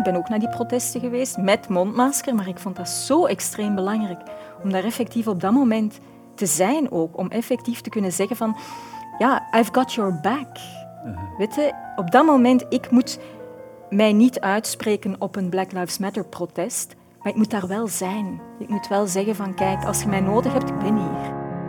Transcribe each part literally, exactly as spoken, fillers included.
ben ook naar die protesten geweest met mondmasker, maar ik vond dat zo extreem belangrijk om daar effectief op dat moment te zijn ook, om effectief te kunnen zeggen van ja, I've got your back. Uh-huh. Weet je, op dat moment, ik moet mij niet uitspreken op een Black Lives Matter protest, maar ik moet daar wel zijn. Ik moet wel zeggen van kijk, als je mij nodig hebt, ik ben hier.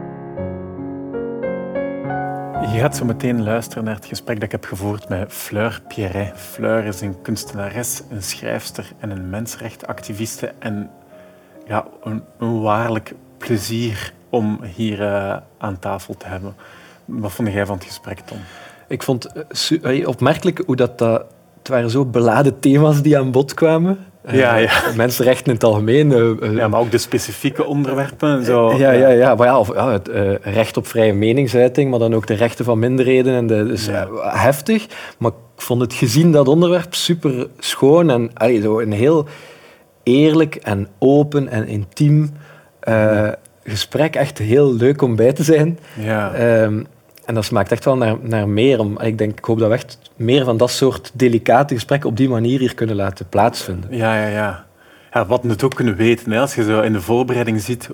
Je gaat zo meteen luisteren naar het gesprek dat ik heb gevoerd met Fleur Pierret. Fleur is een kunstenares, een schrijfster en een mensenrechtenactiviste. En ja, een, een waarlijk plezier om hier uh, aan tafel te hebben. Wat vond jij van het gesprek, Tom? Ik vond uh, opmerkelijk hoe dat... dat het waren zo beladen thema's die aan bod kwamen. Ja, ja. Uh, mensenrechten in het algemeen. Uh, uh, ja, maar ook de specifieke onderwerpen. Zo. Ja, ja, ja. Maar ja, of, ja het uh, recht op vrije meningsuiting, maar dan ook de rechten van minderheden. En de, dus, ja. uh, heftig. Maar ik vond het gezien dat onderwerp super schoon en allee, zo een heel eerlijk en open en intiem uh, gesprek. Echt heel leuk om bij te zijn. Ja. Um, En dat smaakt echt wel naar, naar meer. Om, ik, denk, ik hoop dat we echt meer van dat soort delicate gesprekken op die manier hier kunnen laten plaatsvinden. Ja, ja, ja. ja wat we het ook kunnen weten, hè, als je zo in de voorbereiding ziet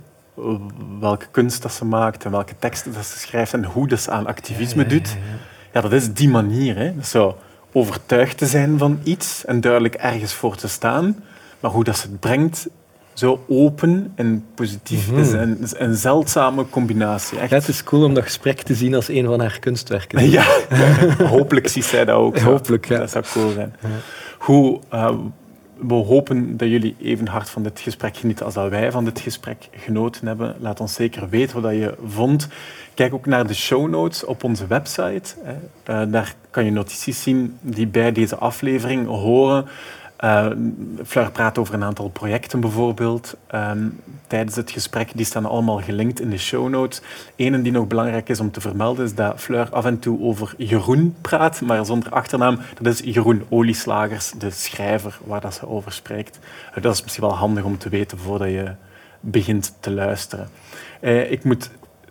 welke kunst dat ze maakt en welke teksten dat ze schrijft en hoe dat ze aan activisme ja, ja, ja, ja. doet, ja, dat is die manier. Hè. Zo overtuigd te zijn van iets en duidelijk ergens voor te staan, maar hoe dat ze het brengt... Zo open en positief. Mm-hmm. is een, is een zeldzame combinatie. Echt. Ja, het is cool om dat gesprek te zien als een van haar kunstwerken. Ja, hopelijk ziet zij dat ook. Zo. Hopelijk, ja. Dat zou cool zijn. Ja. Hoe, uh, we hopen dat jullie even hard van dit gesprek genieten als dat wij van dit gesprek genoten hebben. Laat ons zeker weten wat je vond. Kijk ook naar de show notes op onze website. Uh, daar kan je notities zien die bij deze aflevering horen. Uh, Fleur praat over een aantal projecten bijvoorbeeld um, tijdens het gesprek. Die staan allemaal gelinkt in de show notes. Eén die nog belangrijk is om te vermelden is dat Fleur af en toe over Jeroen praat, maar zonder achternaam. Dat is Jeroen Olieslagers, de schrijver waar dat ze over spreekt. Uh, dat is misschien wel handig om te weten voordat je begint te luisteren. Uh, ik moet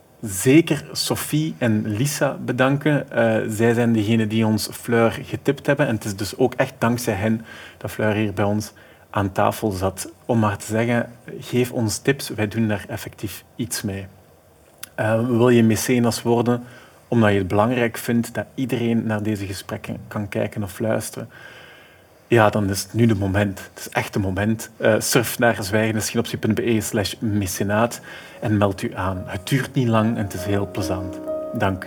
zeker Sophie en Lisa bedanken. Uh, zij zijn degenen die ons Fleur getipt hebben. En het is dus ook echt dankzij hen dat Fleur hier bij ons aan tafel zat. Om maar te zeggen, geef ons tips. Wij doen daar effectief iets mee. Uh, wil je mecenas worden omdat je het belangrijk vindt dat iedereen naar deze gesprekken kan kijken of luisteren? Ja, dan is het nu de moment. Het is echt de moment. Uh, surf naar zwijgendeschinoptie.be slash mecenaat en meld u aan. Het duurt niet lang en het is heel plezant. Dank.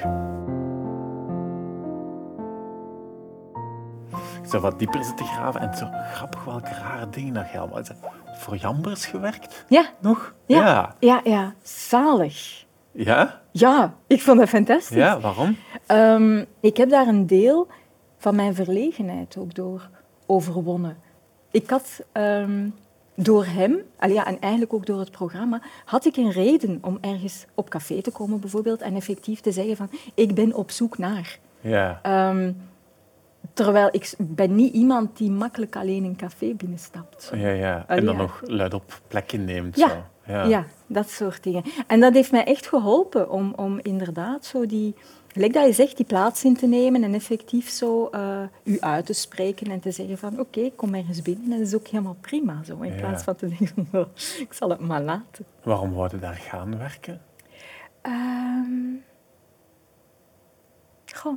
Ik zou wat dieper zitten graven en zo grappig welke rare dingen dat je allemaal... Voor Jambers gewerkt? Ja. Nog? Ja. Ja, ja, ja. Zalig. Ja? Ja, ik vond dat fantastisch. Ja, waarom? Um, ik heb daar een deel van mijn verlegenheid ook door overwonnen. Ik had um, door hem, ja, en eigenlijk ook door het programma, had ik een reden om ergens op café te komen bijvoorbeeld en effectief te zeggen van ik ben op zoek naar. Ja. Um, terwijl ik ben niet iemand die makkelijk alleen een café binnenstapt. Ja, ja. En dan ja. nog luid op plekken neemt. Ja. Zo. Ja. ja, dat soort dingen. En dat heeft mij echt geholpen om, om inderdaad zo die... Gelijk dat je zegt, die plaats in te nemen en effectief zo uh, u uit te spreken en te zeggen van oké, okay, kom ergens binnen en dat is ook helemaal prima. Zo, in ja. plaats van te denken van ik zal het maar laten. Waarom wou je daar gaan werken? Um, goh.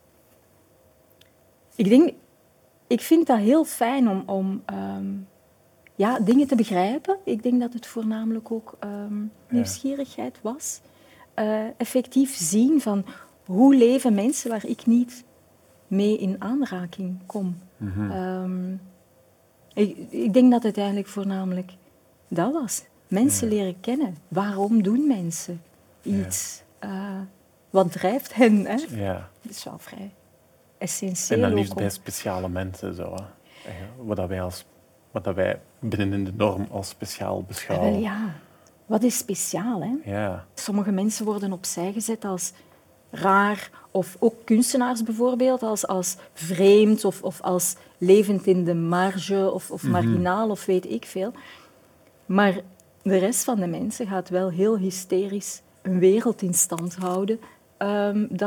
Ik denk, ik vind dat heel fijn om, om um, ja, dingen te begrijpen. Ik denk dat het voornamelijk ook um, nieuwsgierigheid was. Uh, effectief zien van hoe leven mensen waar ik niet mee in aanraking kom. Mm-hmm. Um, ik, ik denk dat het eigenlijk voornamelijk dat was. Mensen ja. leren kennen. Waarom doen mensen iets? Ja. Uh, wat drijft hen? Hè? Ja. Dat is wel vrij essentieel. En dan liefst om... bij speciale mensen. Zo, hè? Wat, dat wij als, wat dat wij binnenin de norm als speciaal beschouwen. Ja, wel, ja. Wat is speciaal, hè? Ja. Sommige mensen worden opzij gezet als raar, of ook kunstenaars bijvoorbeeld, als, als vreemd of, of als levend in de marge of, of mm-hmm. marginaal of weet ik veel. Maar de rest van de mensen gaat wel heel hysterisch een wereld in stand houden. Um, dat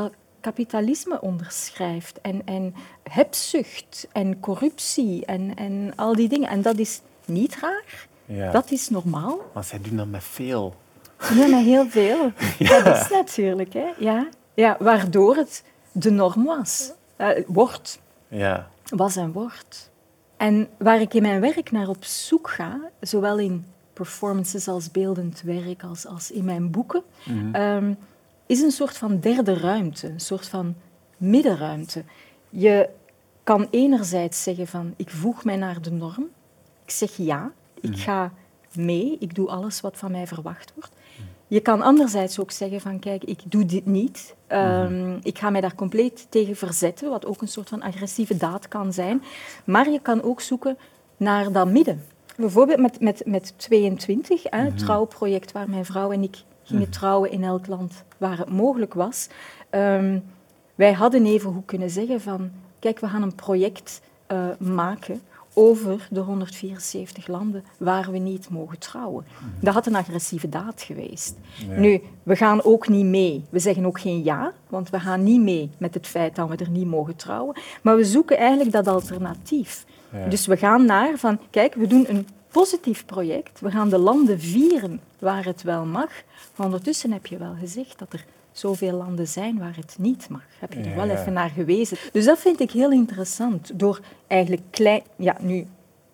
kapitalisme onderschrijft en, en hebzucht en corruptie en, en al die dingen. En dat is niet raar, Ja. dat is normaal. Maar zij doen dat met veel. Ja, met heel veel. Ja. Dat is natuurlijk, hè. Ja. Ja, waardoor het de norm was. Uh, wordt. Ja. Was en wordt. En waar ik in mijn werk naar op zoek ga, zowel in performances als beeldend werk, als, als in mijn boeken, Mm-hmm. um, is een soort van derde ruimte, een soort van middenruimte. Je kan enerzijds zeggen van, ik voeg mij naar de norm. Ik zeg ja, ik ga mee, ik doe alles wat van mij verwacht wordt. Je kan anderzijds ook zeggen van, kijk, ik doe dit niet. Um, ik ga mij daar compleet tegen verzetten, wat ook een soort van agressieve daad kan zijn. Maar je kan ook zoeken naar dat midden. Bijvoorbeeld met, met, met tweeëntwintig, hè, het trouwproject waar mijn vrouw en ik gingen trouwen in elk land waar het mogelijk was. Um, wij hadden evengoed kunnen zeggen van, kijk, we gaan een project uh, maken over de honderdvierenzeventig landen waar we niet mogen trouwen. Dat had een agressieve daad geweest. Ja. Nu, we gaan ook niet mee. We zeggen ook geen ja, want we gaan niet mee met het feit dat we er niet mogen trouwen. Maar we zoeken eigenlijk dat alternatief. Ja. Dus we gaan naar van, kijk, we doen een positief project. We gaan de landen vieren waar het wel mag. Maar ondertussen heb je wel gezegd dat er zoveel landen zijn waar het niet mag. Heb je er ja, wel ja. even naar gewezen. Dus dat vind ik heel interessant. Door eigenlijk klein... Ja, nu...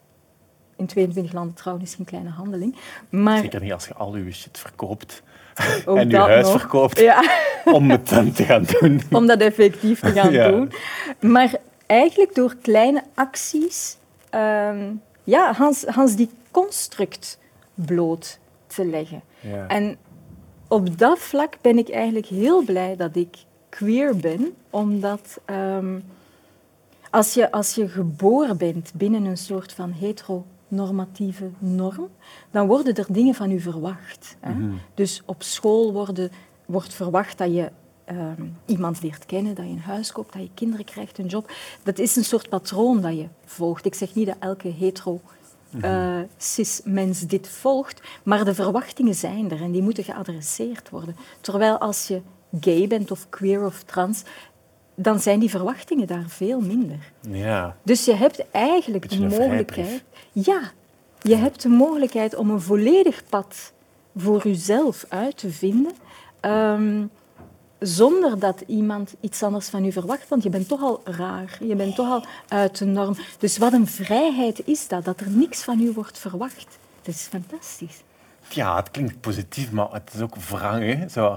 In tweeëntwintig landen trouwen is geen kleine handeling. Maar... Zeker niet als je al je shit verkoopt. Ook en je huis nog. verkoopt. Ja. Om het dan te gaan doen. Om dat effectief te gaan ja. doen. Maar eigenlijk door kleine acties... Um, ja, Hans, Hans die construct bloot te leggen. Ja. En op dat vlak ben ik eigenlijk heel blij dat ik queer ben, omdat um, als, je, als je geboren bent binnen een soort van heteronormatieve norm, dan worden er dingen van u verwacht. Hè? Mm-hmm. Dus op school worden, wordt verwacht dat je um, iemand leert kennen, dat je een huis koopt, dat je kinderen krijgt, een job. Dat is een soort patroon dat je volgt. Ik zeg niet dat elke hetero Uh, cis-mens dit volgt, maar de verwachtingen zijn er en die moeten geadresseerd worden. Terwijl als je gay bent of queer of trans, dan zijn die verwachtingen daar veel minder. Ja. Dus je hebt eigenlijk de mogelijkheid... Ja, je hebt de mogelijkheid om een volledig pad voor jezelf uit te vinden, um, zonder dat iemand iets anders van u verwacht, want je bent toch al raar, je bent toch al uit de norm. Dus wat een vrijheid is dat, dat er niks van u wordt verwacht. Dat is fantastisch. Ja, het klinkt positief, maar het is ook wrang, hè? Zo,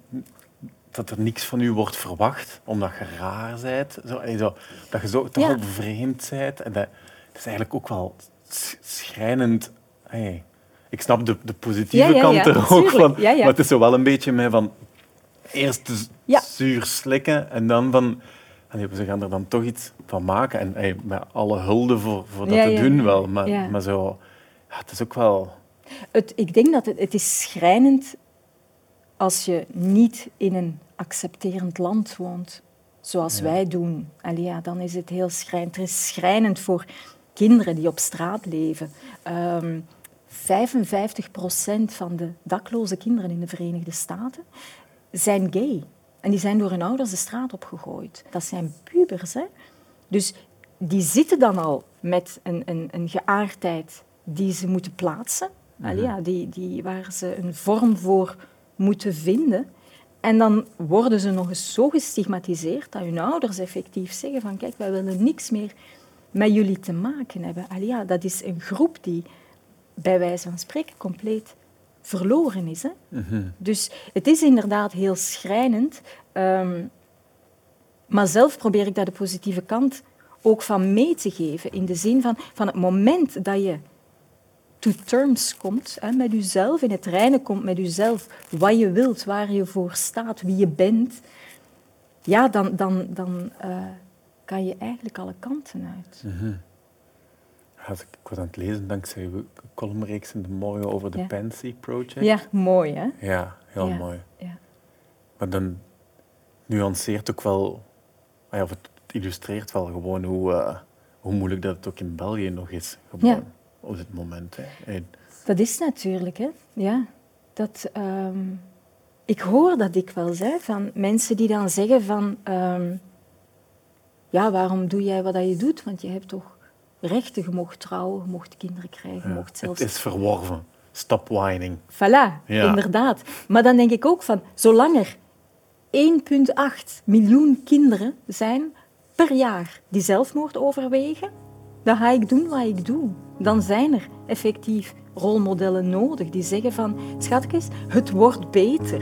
dat er niks van u wordt verwacht, omdat je raar bent, zo, zo, dat je zo, toch ja. ook vreemd bent. En dat, dat is eigenlijk ook wel schrijnend. Hey, ik snap de, de positieve ja, ja, kant ja, er ook van, ja, ja. maar het is zo wel een beetje mee van... Eerst de ja. zuur slikken en dan van... En ze gaan er dan toch iets van maken. En hey, met alle hulde voor, voor dat ja, te ja. doen wel. Maar, ja. maar zo... Ja, het is ook wel... Het, ik denk dat het, het is schrijnend als je niet in een accepterend land woont. Zoals ja. wij doen. Allee, ja, dan is het heel schrijnend. Het is schrijnend voor kinderen die op straat leven. Um, vijfenvijftig procent van de dakloze kinderen in de Verenigde Staten zijn gay. En die zijn door hun ouders de straat opgegooid. Dat zijn pubers, hè. Dus die zitten dan al met een, een, een geaardheid die ze moeten plaatsen. Mm-hmm. Allee, ja, die, die, waar ze een vorm voor moeten vinden. En dan worden ze nog eens zo gestigmatiseerd dat hun ouders effectief zeggen van kijk, wij willen niks meer met jullie te maken hebben. Allee, ja, dat is een groep die bij wijze van spreken compleet verloren is. Hè? Mm-hmm. Dus het is inderdaad heel schrijnend. Um, maar zelf probeer ik daar de positieve kant ook van mee te geven. In de zin van, van het moment dat je to terms komt hè, met jezelf, in het reine komt met jezelf, wat je wilt, waar je voor staat, wie je bent, ja, dan, dan, dan uh, kan je eigenlijk alle kanten uit. Mm-hmm. Ja, ik was aan het lezen dankzij uw columnreeks in de morgen over de ja. Pansy Project. Ja, mooi hè? Ja, heel ja. mooi. Ja. Maar dan nuanceert ook wel, of het illustreert wel gewoon hoe, uh, hoe moeilijk dat het ook in België nog is. Gewoon, ja. Op dit moment. Hè. En... Dat is natuurlijk, hè. Ja. Dat, um, ik hoor dat dikwijls, hè, van mensen die dan zeggen van... Um, ja, waarom doe jij wat je doet? Want je hebt toch rechten, je mocht trouwen, je mocht kinderen krijgen, je ja, mocht zelfs... Het is verworven. Stop whining. Voilà, ja. inderdaad. Maar dan denk ik ook van, zolang er één komma acht miljoen kinderen zijn per jaar die zelfmoord overwegen, dan ga ik doen wat ik doe. Dan zijn er effectief rolmodellen nodig die zeggen van, schatjes, het wordt beter.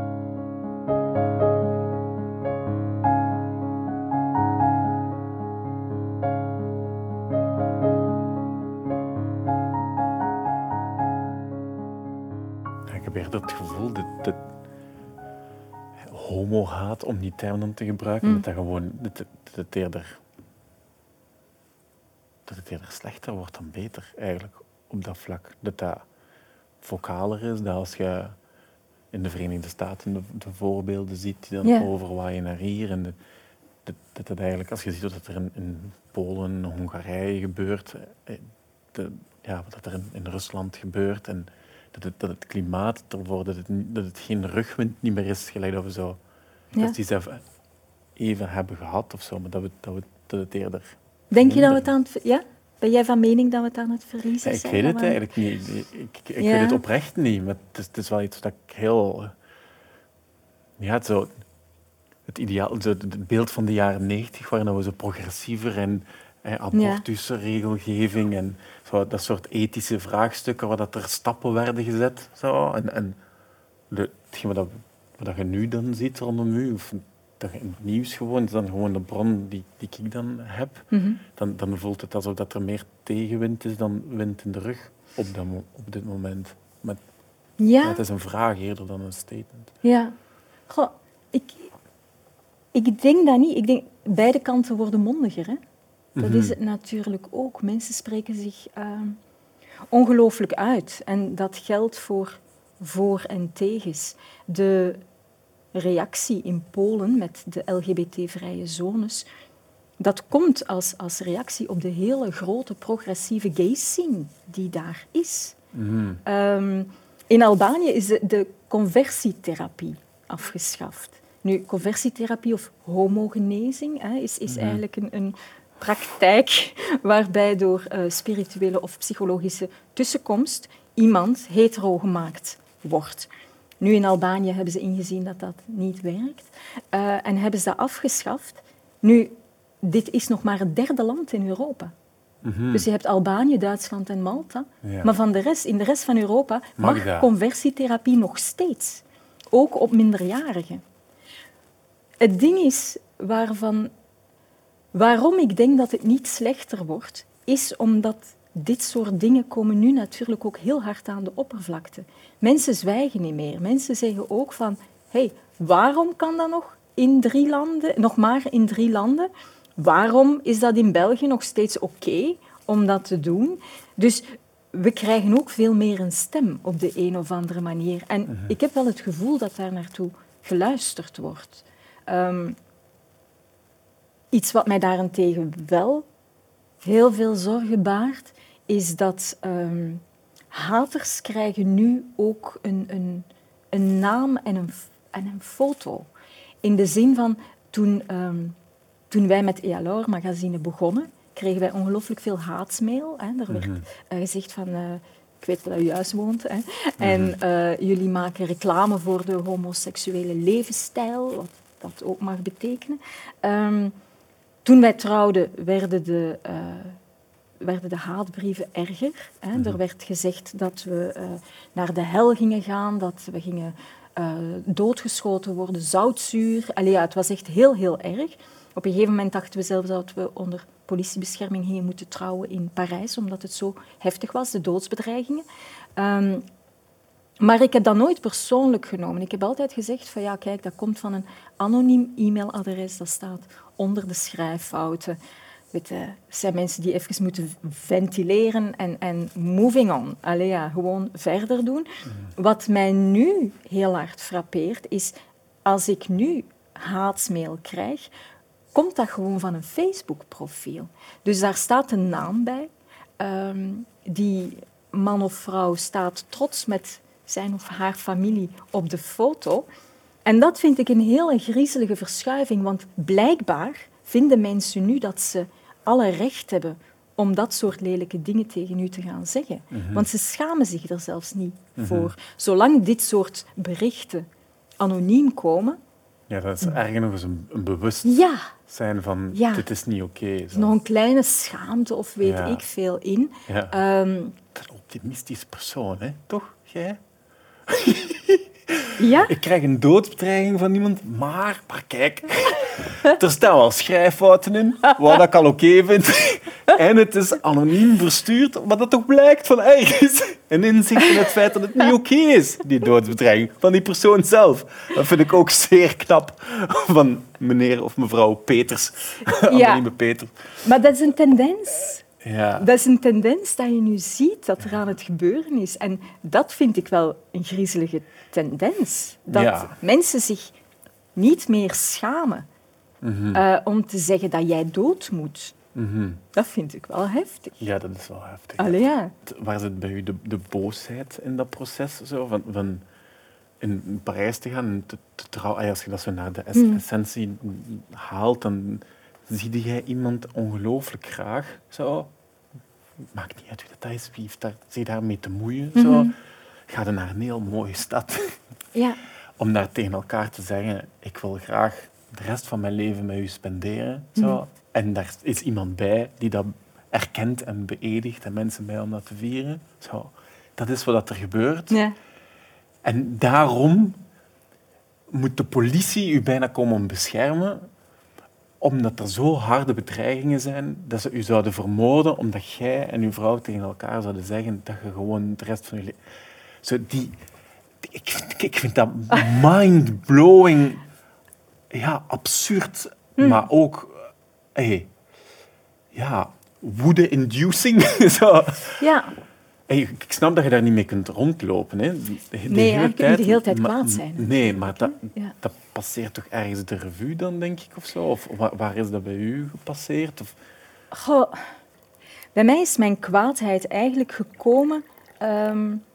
Ik heb eerder het gevoel dat, dat homo-haat, om die term dan te gebruiken, mm. dat, dat, gewoon, dat, dat, het eerder, dat het eerder slechter wordt dan beter, eigenlijk, op dat vlak. Dat dat vocaler is, dat als je in de Verenigde Staten de, de voorbeelden ziet die dan yeah. overwaaien naar hier, en de, dat, dat het eigenlijk, als je ziet wat er in, in Polen, Hongarije gebeurt, de, ja, wat er in, in Rusland gebeurt, en Dat het, dat het klimaat ervoor, dat het, dat het geen rugwind niet meer is, gelijk dat we zo ja. dat die zelf even hebben gehad of zo, maar dat, we, dat, we, dat het eerder... Denk je dat we het aan het... Ja? Ben jij van mening dat we het aan het verliezen ja, ik zijn? Ik weet het eigenlijk niet. Ik, ik, ik ja. weet het oprecht niet, maar het is, het is wel iets dat ik heel... Ja, zo... Het ideaal, zo het beeld van de jaren negentig, waarin we zo progressiever en eh, abortusregelgeving en zo, dat soort ethische vraagstukken waar dat er stappen werden gezet. Zo. En, en de, hetgeen wat, wat je nu dan ziet rondom u, of dat je in het nieuws gewoon, is dan gewoon de bron die, die ik dan heb, mm-hmm. dan, dan voelt het alsof dat er meer tegenwind is dan wind in de rug op, dat, op dit moment. Maar, ja. maar het is een vraag eerder dan een statement. Ja. Goh, ik, ik denk dat niet. Ik denk, beide kanten worden mondiger, hè? Dat mm-hmm. is het natuurlijk ook. Mensen spreken zich uh, ongelooflijk uit. En dat geldt voor voor- en tegens. De reactie in Polen met de L G B T-vrije zones, dat komt als, als reactie op de hele grote progressieve gay-scene die daar is. Mm-hmm. Um, in Albanië is de, de conversietherapie afgeschaft. Nu, conversietherapie of homogenezing hè, is, is mm-hmm. eigenlijk een... een praktijk waarbij door uh, spirituele of psychologische tussenkomst iemand hetero gemaakt wordt. Nu in Albanië hebben ze ingezien dat dat niet werkt uh, en hebben ze dat afgeschaft. Nu, dit is nog maar het derde land in Europa. Mm-hmm. Dus je hebt Albanië, Duitsland en Malta. Ja. Maar van de rest, in de rest van Europa mag, mag conversietherapie nog steeds. Ook op minderjarigen. Het ding is waarvan... Waarom ik denk dat het niet slechter wordt, is omdat dit soort dingen komen nu natuurlijk ook heel hard aan de oppervlakte. Mensen zwijgen niet meer. Mensen zeggen ook van, hey, waarom kan dat nog in drie landen, nog maar in drie landen? Waarom is dat in België nog steeds oké okay om dat te doen? Dus we krijgen ook veel meer een stem op de een of andere manier. En mm-hmm. ik heb wel het gevoel dat daar naartoe geluisterd wordt. Um, Iets wat mij daarentegen wel heel veel zorgen baart, is dat um, haters krijgen nu ook een, een, een naam en een, en een foto. In de zin van, toen, um, toen wij met E L R magazine begonnen, kregen wij ongelooflijk veel haatsmail. Hè. Er werd uh, gezegd van... Uh, ik weet waar u juist woont. Hè. En uh, jullie maken reclame voor de homoseksuele levensstijl, wat dat ook mag betekenen. Um, Toen wij trouwden, werden de, uh, werden de haatbrieven erger. Hè. Mm-hmm. Er werd gezegd dat we uh, naar de hel gingen gaan, dat we gingen uh, doodgeschoten worden, zoutzuur. Allee, ja, het was echt heel, heel erg. Op een gegeven moment dachten we zelfs dat we onder politiebescherming gingen moeten trouwen in Parijs, omdat het zo heftig was, de doodsbedreigingen. Um, Maar ik heb dat nooit persoonlijk genomen. Ik heb altijd gezegd van ja, kijk, dat komt van een anoniem e-mailadres, dat staat onder de schrijffouten. Weet je, het zijn mensen die even moeten ventileren en, en moving on. Allee, ja, gewoon verder doen. Mm. Wat mij nu heel hard frappeert, is als ik nu haatsmail krijg, komt dat gewoon van een Facebook-profiel. Dus daar staat een naam bij. Um, die man of vrouw staat trots met zijn of haar familie op de foto. En dat vind ik een hele griezelige verschuiving, want blijkbaar vinden mensen nu dat ze alle recht hebben om dat soort lelijke dingen tegen u te gaan zeggen. Mm-hmm. Want ze schamen zich er zelfs niet mm-hmm. voor. Zolang dit soort berichten anoniem komen... Ja, dat is eigenlijk nog eens een, een bewustzijn ja. van ja. dit is niet oké. Okay, nog een kleine schaamte of weet ja. ik veel in. Ja. Um, dat is een optimistisch persoon, hè? Toch, jij? Ja? Ik krijg een doodsbedreiging van iemand, maar, maar kijk, er staan wel schrijffouten in, wat ik al oké okay vind. En het is anoniem verstuurd, maar dat toch blijkt van ergens een inzicht in het feit dat het niet oké okay is, die doodsbedreiging van die persoon zelf. Dat vind ik ook zeer knap van meneer of mevrouw Peters. Anonieme ja. Peter. Maar dat is een tendens. Ja. Dat is een tendens dat je nu ziet dat er aan het gebeuren is. En dat vind ik wel een griezelige tendens. Dat ja. mensen zich niet meer schamen mm-hmm. uh, om te zeggen dat jij dood moet. Mm-hmm. Dat vind ik wel heftig. Ja, dat is wel heftig. Allee, ja. Waar zit bij u de, de boosheid in dat proces? Zo? Van, van in Parijs te gaan en te, te trouwen. Als je dat zo naar de es- mm. essentie haalt, dan zie jij iemand ongelooflijk graag. Zo. Maakt niet uit wie dat is, wie heeft daar, zich daarmee te moeien. Zo. Mm-hmm. Ga dan naar een heel mooie stad. Ja. Om daar tegen elkaar te zeggen, ik wil graag de rest van mijn leven met u spenderen. Zo. Mm-hmm. En daar is iemand bij die dat erkent en beëdigt en mensen bij om dat te vieren. Zo. Dat is wat er gebeurt. Ja. En daarom moet de politie u bijna komen beschermen, omdat er zo harde bedreigingen zijn dat ze u zouden vermoorden, omdat jij en uw vrouw tegen elkaar zouden zeggen dat je gewoon de rest van je leven... Zo die, die, ik, ik vind dat mind-blowing, ja, absurd, hm. maar ook... Hey, ja, woede-inducing. Zo. Ja. Hey, ik snap dat je daar niet mee kunt rondlopen. Hè. De, de nee, hele je kunt de hele tijd kwaad zijn. Nee, maar dat, ja. dat passeert toch ergens de revue dan, denk ik, of zo? Of waar, waar is dat bij u gepasseerd? Of... Goh, bij mij is mijn kwaadheid eigenlijk gekomen um,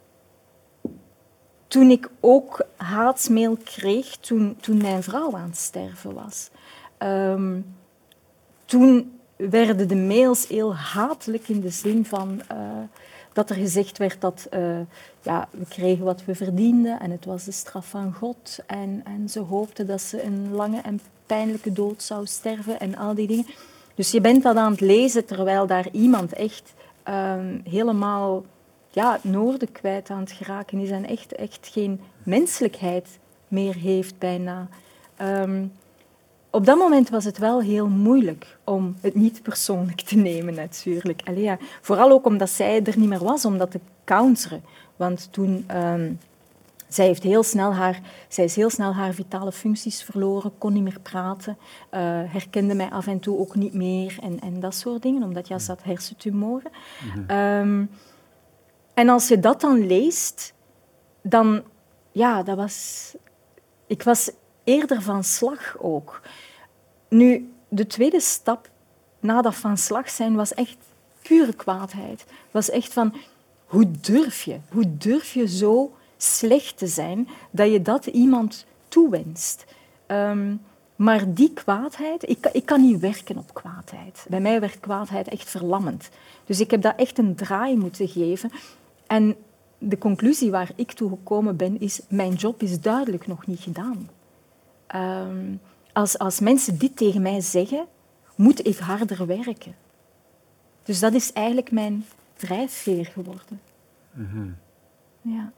toen ik ook haatsmail kreeg toen, toen mijn vrouw aan het sterven was. Um, toen werden de mails heel hatelijk in de zin van uh, dat er gezegd werd dat uh, ja, we kregen wat we verdienden en het was de straf van God. En, en ze hoopten dat ze een lange en pijnlijke dood zou sterven en al die dingen. Dus je bent dat aan het lezen terwijl daar iemand echt um, helemaal ja, noorden kwijt aan het geraken is en echt, echt geen menselijkheid meer heeft bijna. Um, Op dat moment was het wel heel moeilijk om het niet persoonlijk te nemen, natuurlijk. Allee, ja. Vooral ook omdat zij er niet meer was om dat te counteren. Want toen... Um, zij, heeft heel snel haar, zij is heel snel haar vitale functies verloren, kon niet meer praten, uh, herkende mij af en toe ook niet meer en, en dat soort dingen, omdat ja, ze had hersentumoren. Mm-hmm. Um, en als je dat dan leest, dan... Ja, dat was... Ik was... eerder van slag ook. Nu, de tweede stap na dat van slag zijn was echt pure kwaadheid. Was echt van, hoe durf je? Hoe durf je zo slecht te zijn dat je dat iemand toewenst? Um, maar die kwaadheid, ik, ik kan niet werken op kwaadheid. Bij mij werd kwaadheid echt verlammend. Dus ik heb dat echt een draai moeten geven. En de conclusie waar ik toe gekomen ben, is, mijn job is duidelijk nog niet gedaan. Um, als, als mensen dit tegen mij zeggen, moet ik harder werken. Dus dat is eigenlijk mijn drijfveer geworden. Mm-hmm. Ja.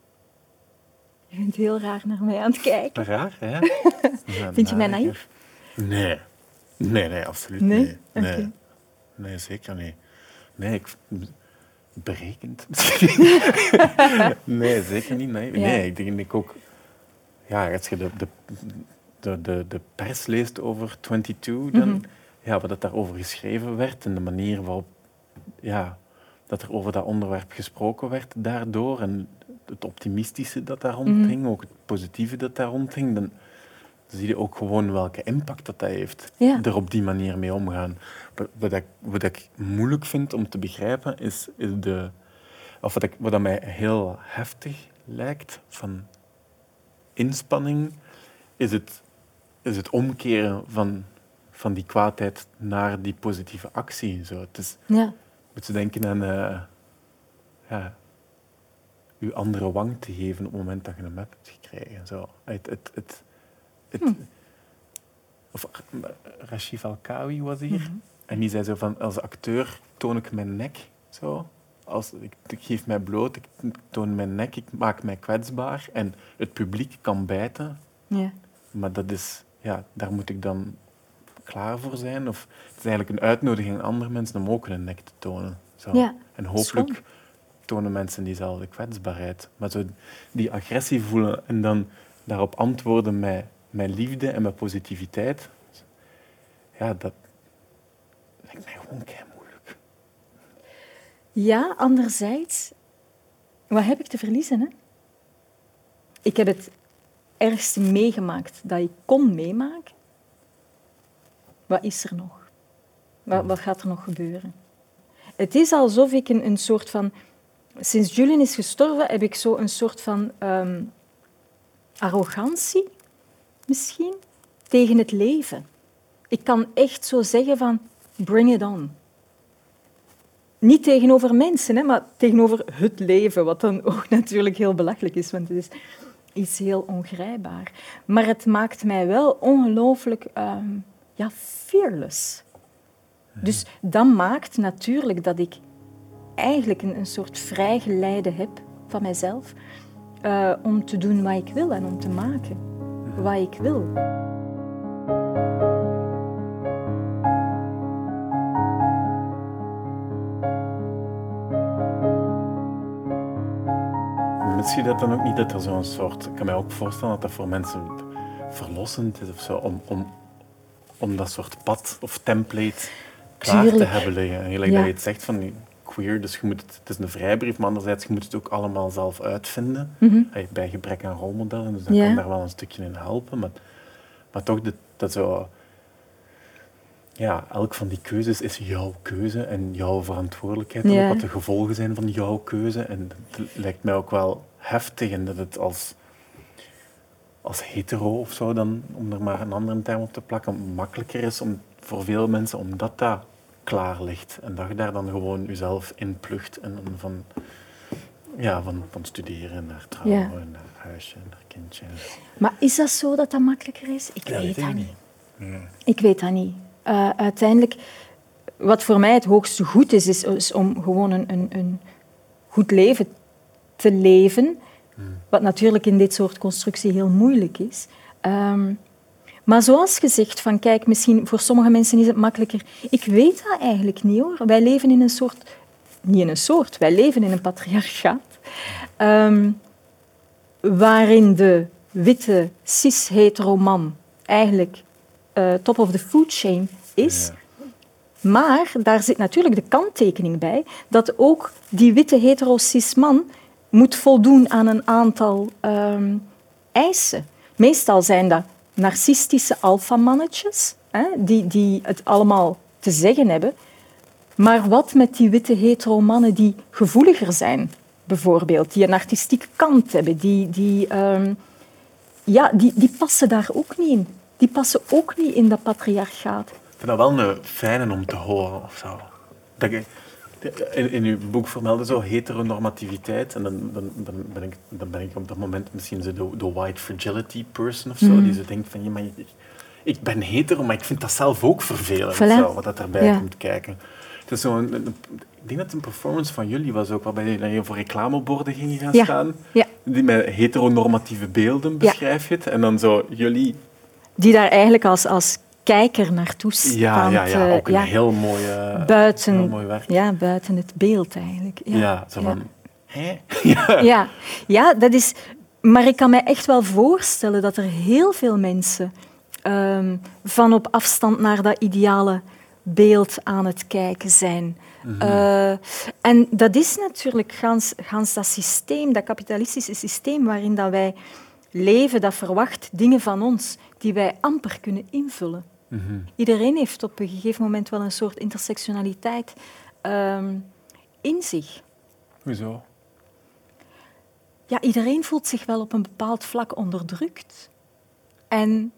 Je bent heel raar naar mij aan het kijken. Raar, hè? Ja, vind je mij naïef? Nee. Nee, nee, absoluut nee? niet. Nee. Okay. Nee, zeker niet. Nee, ik... Berekend misschien. Nee, zeker niet. Nee, ja. nee ik denk ik ook... Ja, als je de, de, de, de, de pers leest over tweeëntwintig, dan, mm-hmm. ja, wat dat daarover geschreven werd en de manier waarop ja, dat er over dat onderwerp gesproken werd daardoor en het optimistische dat daar rondhing, mm-hmm. ook het positieve dat daar rondhing, dan zie je ook gewoon welke impact dat, dat heeft. Ja. Er op die manier mee omgaan. Wat ik, wat ik moeilijk vind om te begrijpen, is, is de... Of wat, ik, wat mij heel heftig lijkt, van inspanning, is het, is het omkeren van, van die kwaadheid naar die positieve actie. Zo. Het is, Ja. moet je denken aan uh, ja, je andere wang te geven op het moment dat je hem hebt gekregen. Zo. Het, het, het, het, hm. Of Rashif Alkawi was hier. Mm-hmm. En die zei zo van, als acteur toon ik mijn nek. Zo. Als, ik, ik geef mij bloot, ik toon mijn nek, ik maak mij kwetsbaar. En het publiek kan bijten. Ja. Maar dat is, ja, daar moet ik dan klaar voor zijn. Of het is eigenlijk een uitnodiging aan andere mensen om ook hun nek te tonen. Zo. Ja, en hopelijk schoon. Tonen mensen diezelfde kwetsbaarheid. Maar zo die agressie voelen en dan daarop antwoorden met, met liefde en met positiviteit. Ja, dat lijkt mij gewoon kei moeilijk. Ja, anderzijds, wat heb ik te verliezen? Hè? Ik heb het ergste meegemaakt dat ik kon meemaken. Wat is er nog? Wat, wat gaat er nog gebeuren? Het is alsof ik een, een soort van... Sinds Julian is gestorven, heb ik zo een soort van um, arrogantie, misschien, tegen het leven. Ik kan echt zo zeggen van, bring it on. Niet tegenover mensen, hè, maar tegenover het leven, wat dan ook natuurlijk heel belachelijk is, want het is iets heel ongrijpbaar. Maar het maakt mij wel ongelooflijk um, ja, fearless. Dus dat maakt natuurlijk dat ik eigenlijk een, een soort vrijgeleide heb van mijzelf uh, om te doen wat ik wil en om te maken wat ik wil. Misschien dat dan ook niet dat er zo'n soort... Ik kan mij ook voorstellen dat dat voor mensen verlossend is of zo, om, om, om dat soort pad of template klaar Tuurlijk. te hebben liggen. Gelijk ja. dat je het zegt van queer, dus je moet het, het is een vrijbrief, maar anderzijds je moet het ook allemaal zelf uitvinden. Mm-hmm. Bij gebrek aan rolmodellen, dus dat ja. kan daar wel een stukje in helpen. Maar, maar toch, dat, dat zo... Ja, elk van die keuzes is jouw keuze en jouw verantwoordelijkheid. En ja. ook wat de gevolgen zijn van jouw keuze. En het lijkt mij ook wel heftig en dat het als, als hetero of zo, dan, om er maar een andere term op te plakken, makkelijker is om, voor veel mensen omdat dat klaar ligt. En dat je daar dan gewoon jezelf in plucht en van, ja, van, van studeren naar trouwen, ja. naar huisje, naar kindje. Maar is dat zo dat dat makkelijker is? Ik ja, weet dat niet. niet. Ja. Ik weet dat niet. Uh, uiteindelijk, wat voor mij het hoogste goed is, is, is om gewoon een, een, een goed leven te leven. Hmm. Wat natuurlijk in dit soort constructie heel moeilijk is. Um, maar zoals gezegd, van kijk, misschien voor sommige mensen is het makkelijker. Ik weet dat eigenlijk niet hoor. Wij leven in een soort... Niet in een soort, wij leven in een patriarchaat. Um, waarin de witte, cis-hetero man eigenlijk... Uh, top of the food chain is. Ja. Maar daar zit natuurlijk de kanttekening bij dat ook die witte hetero-cis man moet voldoen aan een aantal um, eisen. Meestal zijn dat narcistische alfamannetjes, hè, die, die het allemaal te zeggen hebben. Maar wat met die witte hetero-mannen die gevoeliger zijn, bijvoorbeeld, die een artistieke kant hebben, die, die, um, ja, die, die passen daar ook niet in. Die passen ook niet in dat patriarchaat. Ik vind dat wel een fijne om te horen. Of zo. Dat je, in, in uw boek vermeldde zo heteronormativiteit. En dan, dan, dan, ben ik, dan ben ik op dat moment misschien zo de, de white fragility person of zo. Mm. Die zo denkt van, ja, maar ik, ik ben hetero, maar ik vind dat zelf ook vervelend. Voilà. Zo, wat dat erbij ja. komt kijken. Het is zo een, een, ik denk dat het een performance van jullie was ook, waarbij je voor reclameborden ging gaan ja. staan. Ja. Die met heteronormatieve beelden beschrijf je het. En dan zo jullie... Die daar eigenlijk als, als kijker naartoe staat. Ja, ja, ja, ook een ja, heel, mooie, buiten, heel mooi werk. Ja, buiten het beeld eigenlijk. Ja, ja zo van... Ja. Hè? Ja. Ja, ja, dat is... Maar ik kan me echt wel voorstellen dat er heel veel mensen um, van op afstand naar dat ideale beeld aan het kijken zijn. Mm-hmm. Uh, en dat is natuurlijk gans, gans dat systeem, dat kapitalistische systeem waarin dat wij leven, dat verwacht dingen van ons die wij amper kunnen invullen. Mm-hmm. Iedereen heeft op een gegeven moment wel een soort intersectionaliteit um, in zich. Hoezo? ja, iedereen voelt zich wel op een bepaald vlak onderdrukt. En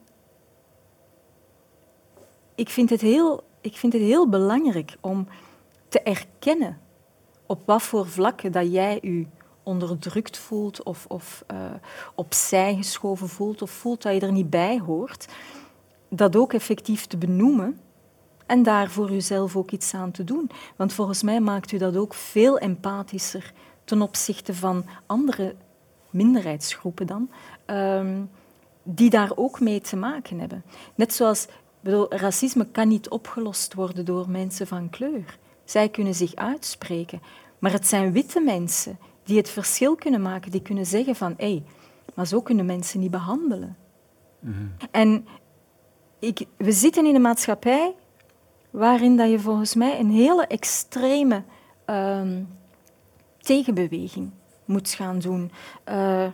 ik vind het heel, ik vind het heel belangrijk om te erkennen op wat voor vlakken dat jij je onderdrukt voelt of, of uh, opzij geschoven voelt of voelt dat je er niet bij hoort. Dat ook effectief te benoemen en daar voor jezelf ook iets aan te doen. Want volgens mij maakt u dat ook veel empathischer ten opzichte van andere minderheidsgroepen dan, um, die daar ook mee te maken hebben. Net zoals, bedoel, racisme kan niet opgelost worden door mensen van kleur. Zij kunnen zich uitspreken. Maar het zijn witte mensen die het verschil kunnen maken, die kunnen zeggen van, hé, hey, maar zo kunnen mensen niet behandelen. Mm-hmm. En ik, we zitten in een maatschappij waarin dat je volgens mij een hele extreme um, tegenbeweging moet gaan doen. Uh,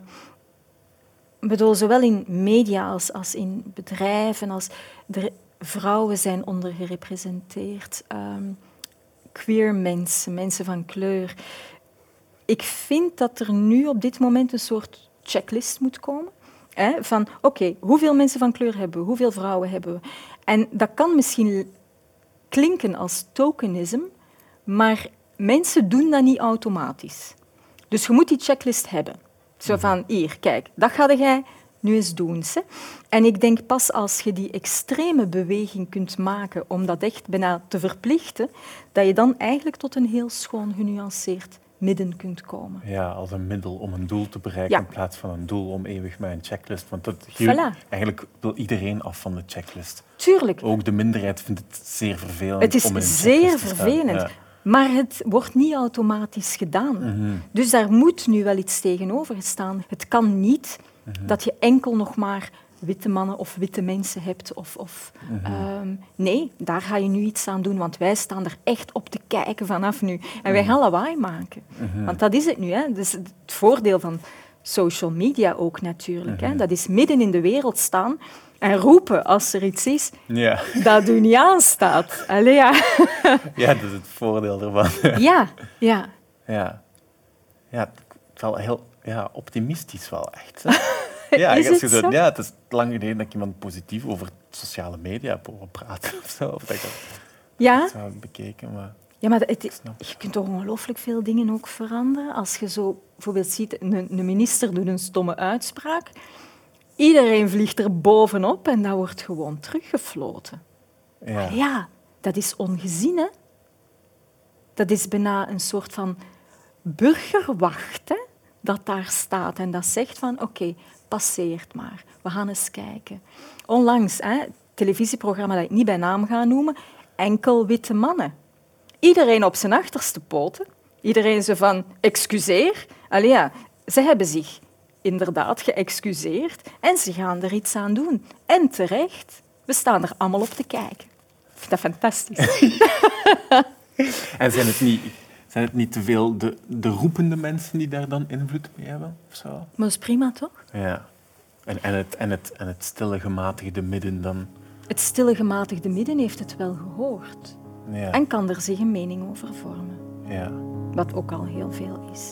ik bedoel, zowel in media als, als in bedrijven, als de vrouwen zijn ondergerepresenteerd, um, queer mensen, mensen van kleur. Ik vind dat er nu op dit moment een soort checklist moet komen. Hè, van, oké, okay, hoeveel mensen van kleur hebben we? Hoeveel vrouwen hebben we? En dat kan misschien klinken als tokenism, maar mensen doen dat niet automatisch. Dus je moet die checklist hebben. Zo van, hier, kijk, dat ga jij nu eens doen. Hè? En ik denk pas als je die extreme beweging kunt maken om dat echt bijna te verplichten, dat je dan eigenlijk tot een heel schoon, genuanceerd midden kunt komen. Ja, als een middel om een doel te bereiken ja. in plaats van een doel om eeuwig met een checklist. Want dat, hier, voilà. eigenlijk wil iedereen af van de checklist. Tuurlijk. Ook de minderheid vindt het zeer vervelend. Het is om in een zeer vervelend. Ja. Maar het wordt niet automatisch gedaan. Mm-hmm. Dus daar moet nu wel iets tegenover staan. Het kan niet mm-hmm. dat je enkel nog maar witte mannen of witte mensen hebt. Of, of, mm-hmm. um, nee, daar ga je nu iets aan doen, want wij staan er echt op te kijken vanaf nu. En mm-hmm. wij gaan lawaai maken. Mm-hmm. Want dat is het nu. Hè. Dus het voordeel van social media ook natuurlijk. Mm-hmm. Hè. Dat is midden in de wereld staan en roepen als er iets is ja. dat u niet aanstaat. Allee, ja. ja, dat is het voordeel ervan. ja, ja. Ja, ja het is wel heel ja, optimistisch wel echt. Hè? Ja, is het, het zo? zo? Ja, het is lang geleden dat ik iemand positief over sociale media heb horen praten. Of zo, of dat ik dat ja? zou bekeken. Maar ja, maar het, je kunt toch ongelooflijk veel dingen ook veranderen. Als je zo bijvoorbeeld ziet, een, een minister doet een stomme uitspraak. Iedereen vliegt er bovenop en dat wordt gewoon teruggefloten. Ja, ja dat is ongezien, hè? Dat is bijna een soort van burgerwacht, hè, dat daar staat en dat zegt van, oké, okay, passeert maar, we gaan eens kijken. Onlangs, hè, televisieprogramma dat ik niet bij naam ga noemen, enkel witte mannen. Iedereen op zijn achterste poten, iedereen zo van, excuseer. Allee, ja, ze hebben zich inderdaad geëxcuseerd en ze gaan er iets aan doen. En terecht, we staan er allemaal op te kijken. Ik vind dat fantastisch. En zijn het niet, zijn het niet te veel de, de roepende mensen die daar dan invloed mee hebben? Of zo? Maar dat is prima, toch? Ja. En, en, het, en, het, en het stille, gematigde midden dan? Het stille, gematigde midden heeft het wel gehoord. Ja. En kan er zich een mening over vormen. Ja. Wat ook al heel veel is.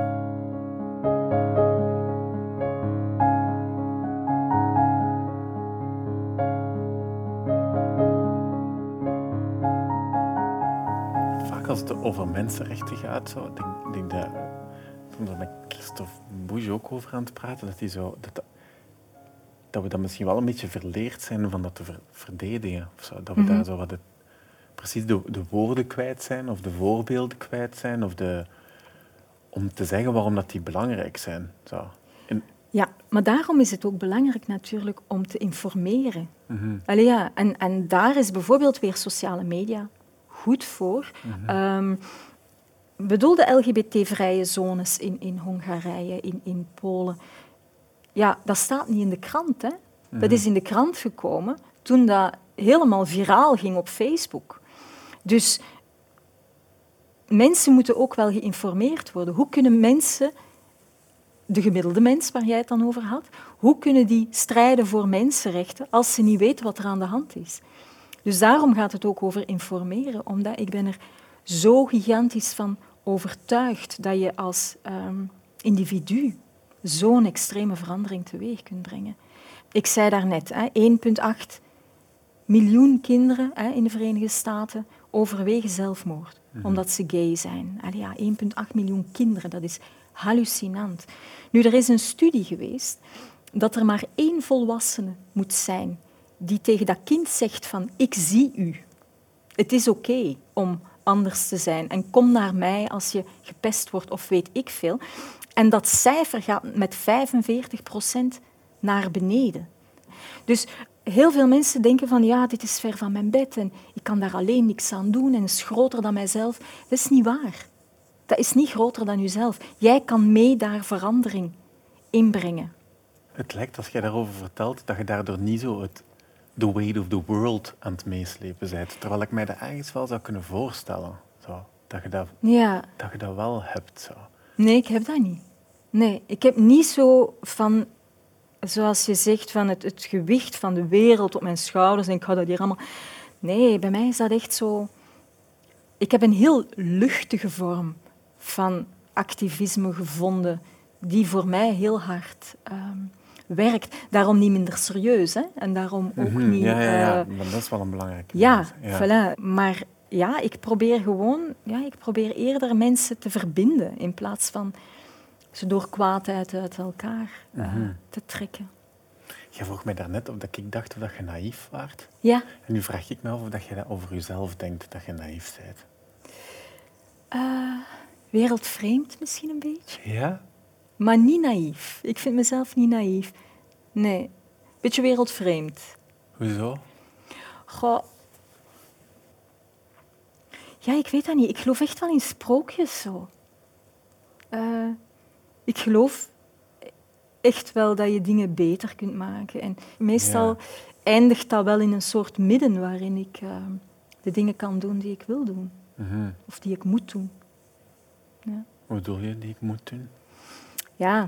Als het over mensenrechten gaat, zo, ik denk, ik denk dat toen we met Christophe Bouge ook over aan het praten, dat, die zo, dat, dat we dat misschien wel een beetje verleerd zijn van dat te ver, verdedigen. Of zo. Dat we mm-hmm. daar zo wat het, precies de, de woorden kwijt zijn, of de voorbeelden kwijt zijn, of de, om te zeggen waarom dat die belangrijk zijn. Zo. En, ja, maar daarom is het ook belangrijk natuurlijk om te informeren. Mm-hmm. Allee, ja, en, en daar is bijvoorbeeld weer sociale media goed voor. Mm-hmm. Um, bedoel de L G B T-vrije zones in, in Hongarije, in, in Polen. Ja, dat staat niet in de krant, hè. Mm-hmm. Dat is in de krant gekomen toen dat helemaal viraal ging op Facebook. Dus mensen moeten ook wel geïnformeerd worden. Hoe kunnen mensen, de gemiddelde mens waar jij het dan over had, hoe kunnen die strijden voor mensenrechten als ze niet weten wat er aan de hand is? Dus daarom gaat het ook over informeren, omdat ik ben er zo gigantisch van overtuigd dat je als um, individu zo'n extreme verandering teweeg kunt brengen. Ik zei daarnet, één komma acht miljoen kinderen hè, in de Verenigde Staten overwegen zelfmoord, mm-hmm. omdat ze gay zijn. Allee, ja, één komma acht miljoen kinderen, dat is hallucinant. Nu, er is een studie geweest dat er maar één volwassene moet zijn die tegen dat kind zegt van ik zie u. Het is oké okay om anders te zijn en kom naar mij als je gepest wordt of weet ik veel. En dat cijfer gaat met vijfenveertig procent naar beneden. Dus heel veel mensen denken van ja, dit is ver van mijn bed en ik kan daar alleen niks aan doen en het is groter dan mijzelf. Dat is niet waar. Dat is niet groter dan jezelf. Jij kan mee daar verandering inbrengen. Het lijkt, als jij daarover vertelt, dat je daardoor niet zo het the weight of the world aan het meeslepen bent. Terwijl ik mij dat ergens wel zou kunnen voorstellen. Zo, dat, je dat, ja. dat je dat wel hebt. Zo. Nee, ik heb dat niet. Nee, ik heb niet zo van, zoals je zegt, van het, het gewicht van de wereld op mijn schouders en ik ga dat hier allemaal... Nee, bij mij is dat echt zo... Ik heb een heel luchtige vorm van activisme gevonden die voor mij heel hard um, werkt. Daarom niet minder serieus, hè? En daarom ook mm-hmm. niet... Ja, ja, ja. Uh, maar dat is wel een belangrijke. Ja, ja. Voilà. Maar ja, ik probeer gewoon... Ja, ik probeer eerder mensen te verbinden in plaats van ze door kwaadheid uit elkaar uh, mm-hmm. te trekken. Je vroeg mij daarnet of dat ik dacht of dat je naïef waart. Ja. En nu vraag ik me af of dat je dat over jezelf denkt, dat je naïef bent. Uh, wereldvreemd misschien een beetje. Ja? Maar niet naïef. Ik vind mezelf niet naïef. Nee. Beetje wereldvreemd. Hoezo? Goh. Ja, ik weet dat niet. Ik geloof echt wel in sprookjes zo. Uh, ik geloof echt wel dat je dingen beter kunt maken. En meestal ja. eindigt dat wel in een soort midden waarin ik uh, de dingen kan doen die ik wil doen. Mm-hmm. Of die ik moet doen. Ja. Wat bedoel je, die ik moet doen? Ja.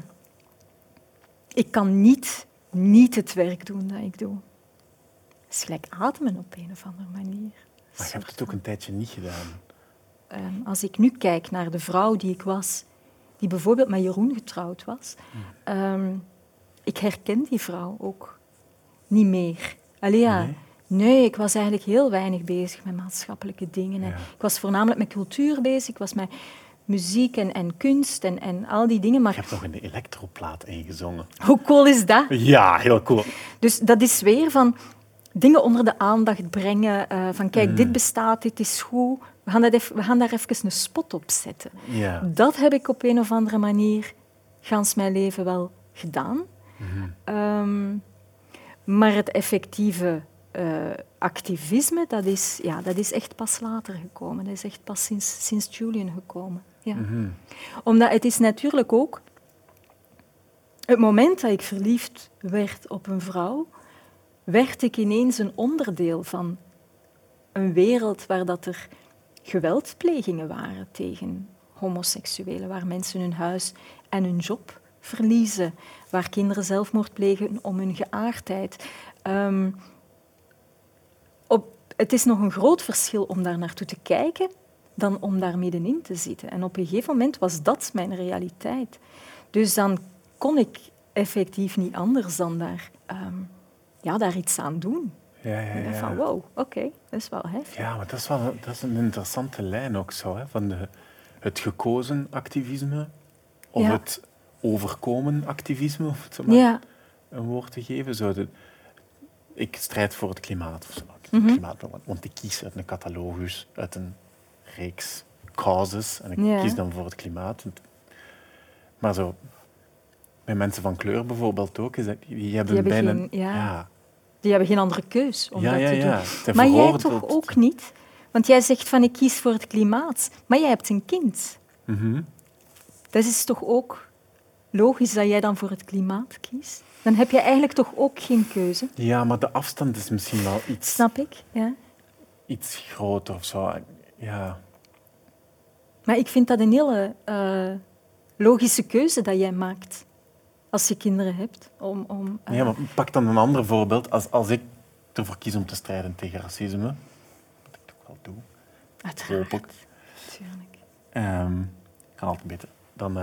Ik kan niet, niet het werk doen dat ik doe. Het is gelijk ademen op een of andere manier. Maar je hebt het ook een tijdje niet gedaan. Um, als ik nu kijk naar de vrouw die ik was, die bijvoorbeeld met Jeroen getrouwd was, mm. um, ik herken die vrouw ook niet meer. Allee, ja. Nee? Nee, ik was eigenlijk heel weinig bezig met maatschappelijke dingen. Ja. Ik was voornamelijk met cultuur bezig, ik was met muziek en, en kunst en, en al die dingen. Maar... Je hebt nog in de elektroplaat ingezongen. Hoe cool is dat? Ja, heel cool. Dus dat is weer van dingen onder de aandacht brengen, uh, van kijk, mm. dit bestaat, dit is goed, we gaan, dat even, we gaan daar even een spot op zetten. Ja. Dat heb ik op een of andere manier gans mijn leven wel gedaan. Mm-hmm. Um, maar het effectieve uh, activisme, dat is, ja, dat is echt pas later gekomen. Dat is echt pas sinds, sinds Julian gekomen. Ja. Mm-hmm. Omdat het is natuurlijk ook het moment dat ik verliefd werd op een vrouw, werd ik ineens een onderdeel van een wereld waar dat er geweldplegingen waren tegen homoseksuelen, waar mensen hun huis en hun job verliezen, waar kinderen zelfmoord plegen om hun geaardheid. Um, op, het is nog een groot verschil om daar naartoe te kijken dan om daar middenin te zitten. En op een gegeven moment was dat mijn realiteit. Dus dan kon ik effectief niet anders dan daar, um, ja, daar iets aan doen. Ja, ja, ik dacht ja. van, wow, oké, okay, dat is wel heftig. Ja, maar dat is, wel, dat is een interessante lijn ook zo, hè, van de, het gekozen activisme of ja. het overkomen activisme, om het maar ja. een woord te geven. Zo de, ik strijd voor het klimaat, of zo. Mm-hmm. klimaat want ik kies uit een catalogus, uit een reeks causes, en ik ja. kies dan voor het klimaat. Maar zo, bij mensen van kleur bijvoorbeeld ook, is dat, die hebben, die hebben bijna... Geen, ja. Ja, Die hebben geen andere keus om ja, dat ja, te ja. doen. Maar jij toch ook niet? Want jij zegt van ik kies voor het klimaat, maar jij hebt een kind. Mm-hmm. Dat is toch ook logisch dat jij dan voor het klimaat kiest? Dan heb je eigenlijk toch ook geen keuze? Ja, maar de afstand is misschien wel iets... Snap ik, ja. Iets groter of zo, ja. Maar ik vind dat een hele uh, logische keuze dat jij maakt. Als je kinderen hebt. Om, om, uh... Ja, maar pak dan een ander voorbeeld. Als, als ik ervoor kies om te strijden tegen racisme, wat ik toch wel doe, Uiteraard. hoop ik. Tuurlijk. Um, kan altijd beter. Dan, um,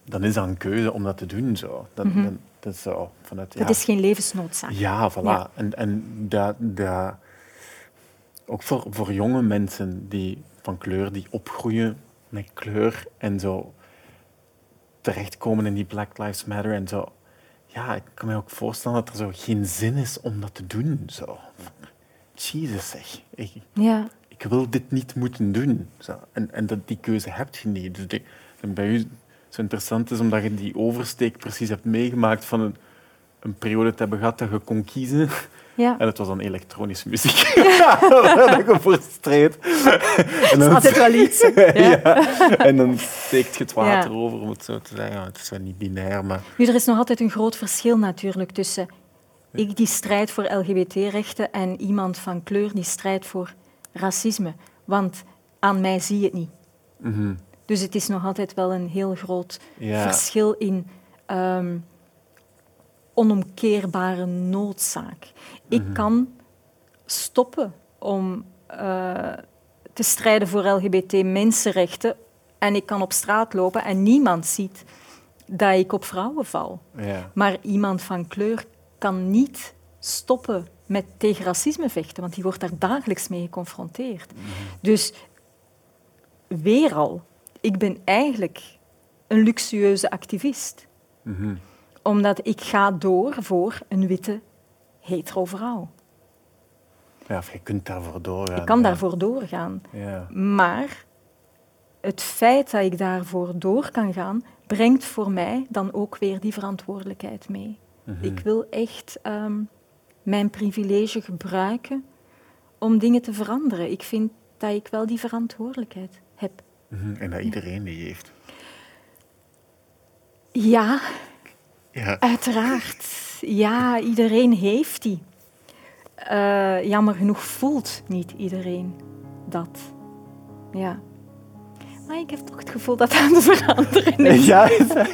dan is dat een keuze om dat te doen. Zo. Dat, Mm-hmm. dat, dat is, zo, vanuit, Dat ja. is geen levensnoodzaak. Ja, voilà. Ja. En, en dat, dat, ook voor, voor jonge mensen die, van kleur die opgroeien met kleur en zo terechtkomen in die Black Lives Matter en zo. Ja, ik kan me ook voorstellen dat er zo geen zin is om dat te doen. Zo. Jezus, zeg. Ik, Ja. ik wil dit niet moeten doen. Zo. En, en dat, die keuze heb je niet. Dus die, en bij u zo interessant is omdat je die oversteek precies hebt meegemaakt van een, een periode te hebben gehad dat je kon kiezen. Ja. En het was dan elektronische muziek. Daar ben ik voor strijd. Dat is altijd wel iets. Ja. Ja. En dan steekt je het water Ja. over, om het zo te zeggen. Ja, het is wel niet binair, maar... Nu, er is nog altijd een groot verschil natuurlijk tussen ik die strijd voor L G B T-rechten en iemand van kleur die strijdt voor racisme. Want aan mij zie je het niet. Mm-hmm. Dus het is nog altijd wel een heel groot Ja. verschil in um, onomkeerbare noodzaak. Ik Mhm. kan stoppen om uh, te strijden voor L G B T-mensenrechten en ik kan op straat lopen en niemand ziet dat ik op vrouwen val. Ja. Maar iemand van kleur kan niet stoppen met tegen racisme vechten, want die wordt daar dagelijks mee geconfronteerd. Mhm. Dus weer al, ik ben eigenlijk een luxueuze activist. Mm-hmm. Omdat ik ga door voor een witte hetero vrouw. Ja, of je kunt daarvoor doorgaan. Ik kan ja. daarvoor doorgaan. Ja. Maar het feit dat ik daarvoor door kan gaan, brengt voor mij dan ook weer die verantwoordelijkheid mee. Mm-hmm. Ik wil echt um, mijn privilege gebruiken om dingen te veranderen. Ik vind dat ik wel die verantwoordelijkheid heb. Mm-hmm. En dat iedereen die heeft. Ja, Ja. uiteraard. Ja, iedereen heeft die. Uh, jammer genoeg voelt niet iedereen dat. Ja. Maar ik heb toch het gevoel dat dat aan de veranderen is. Ja, is dat...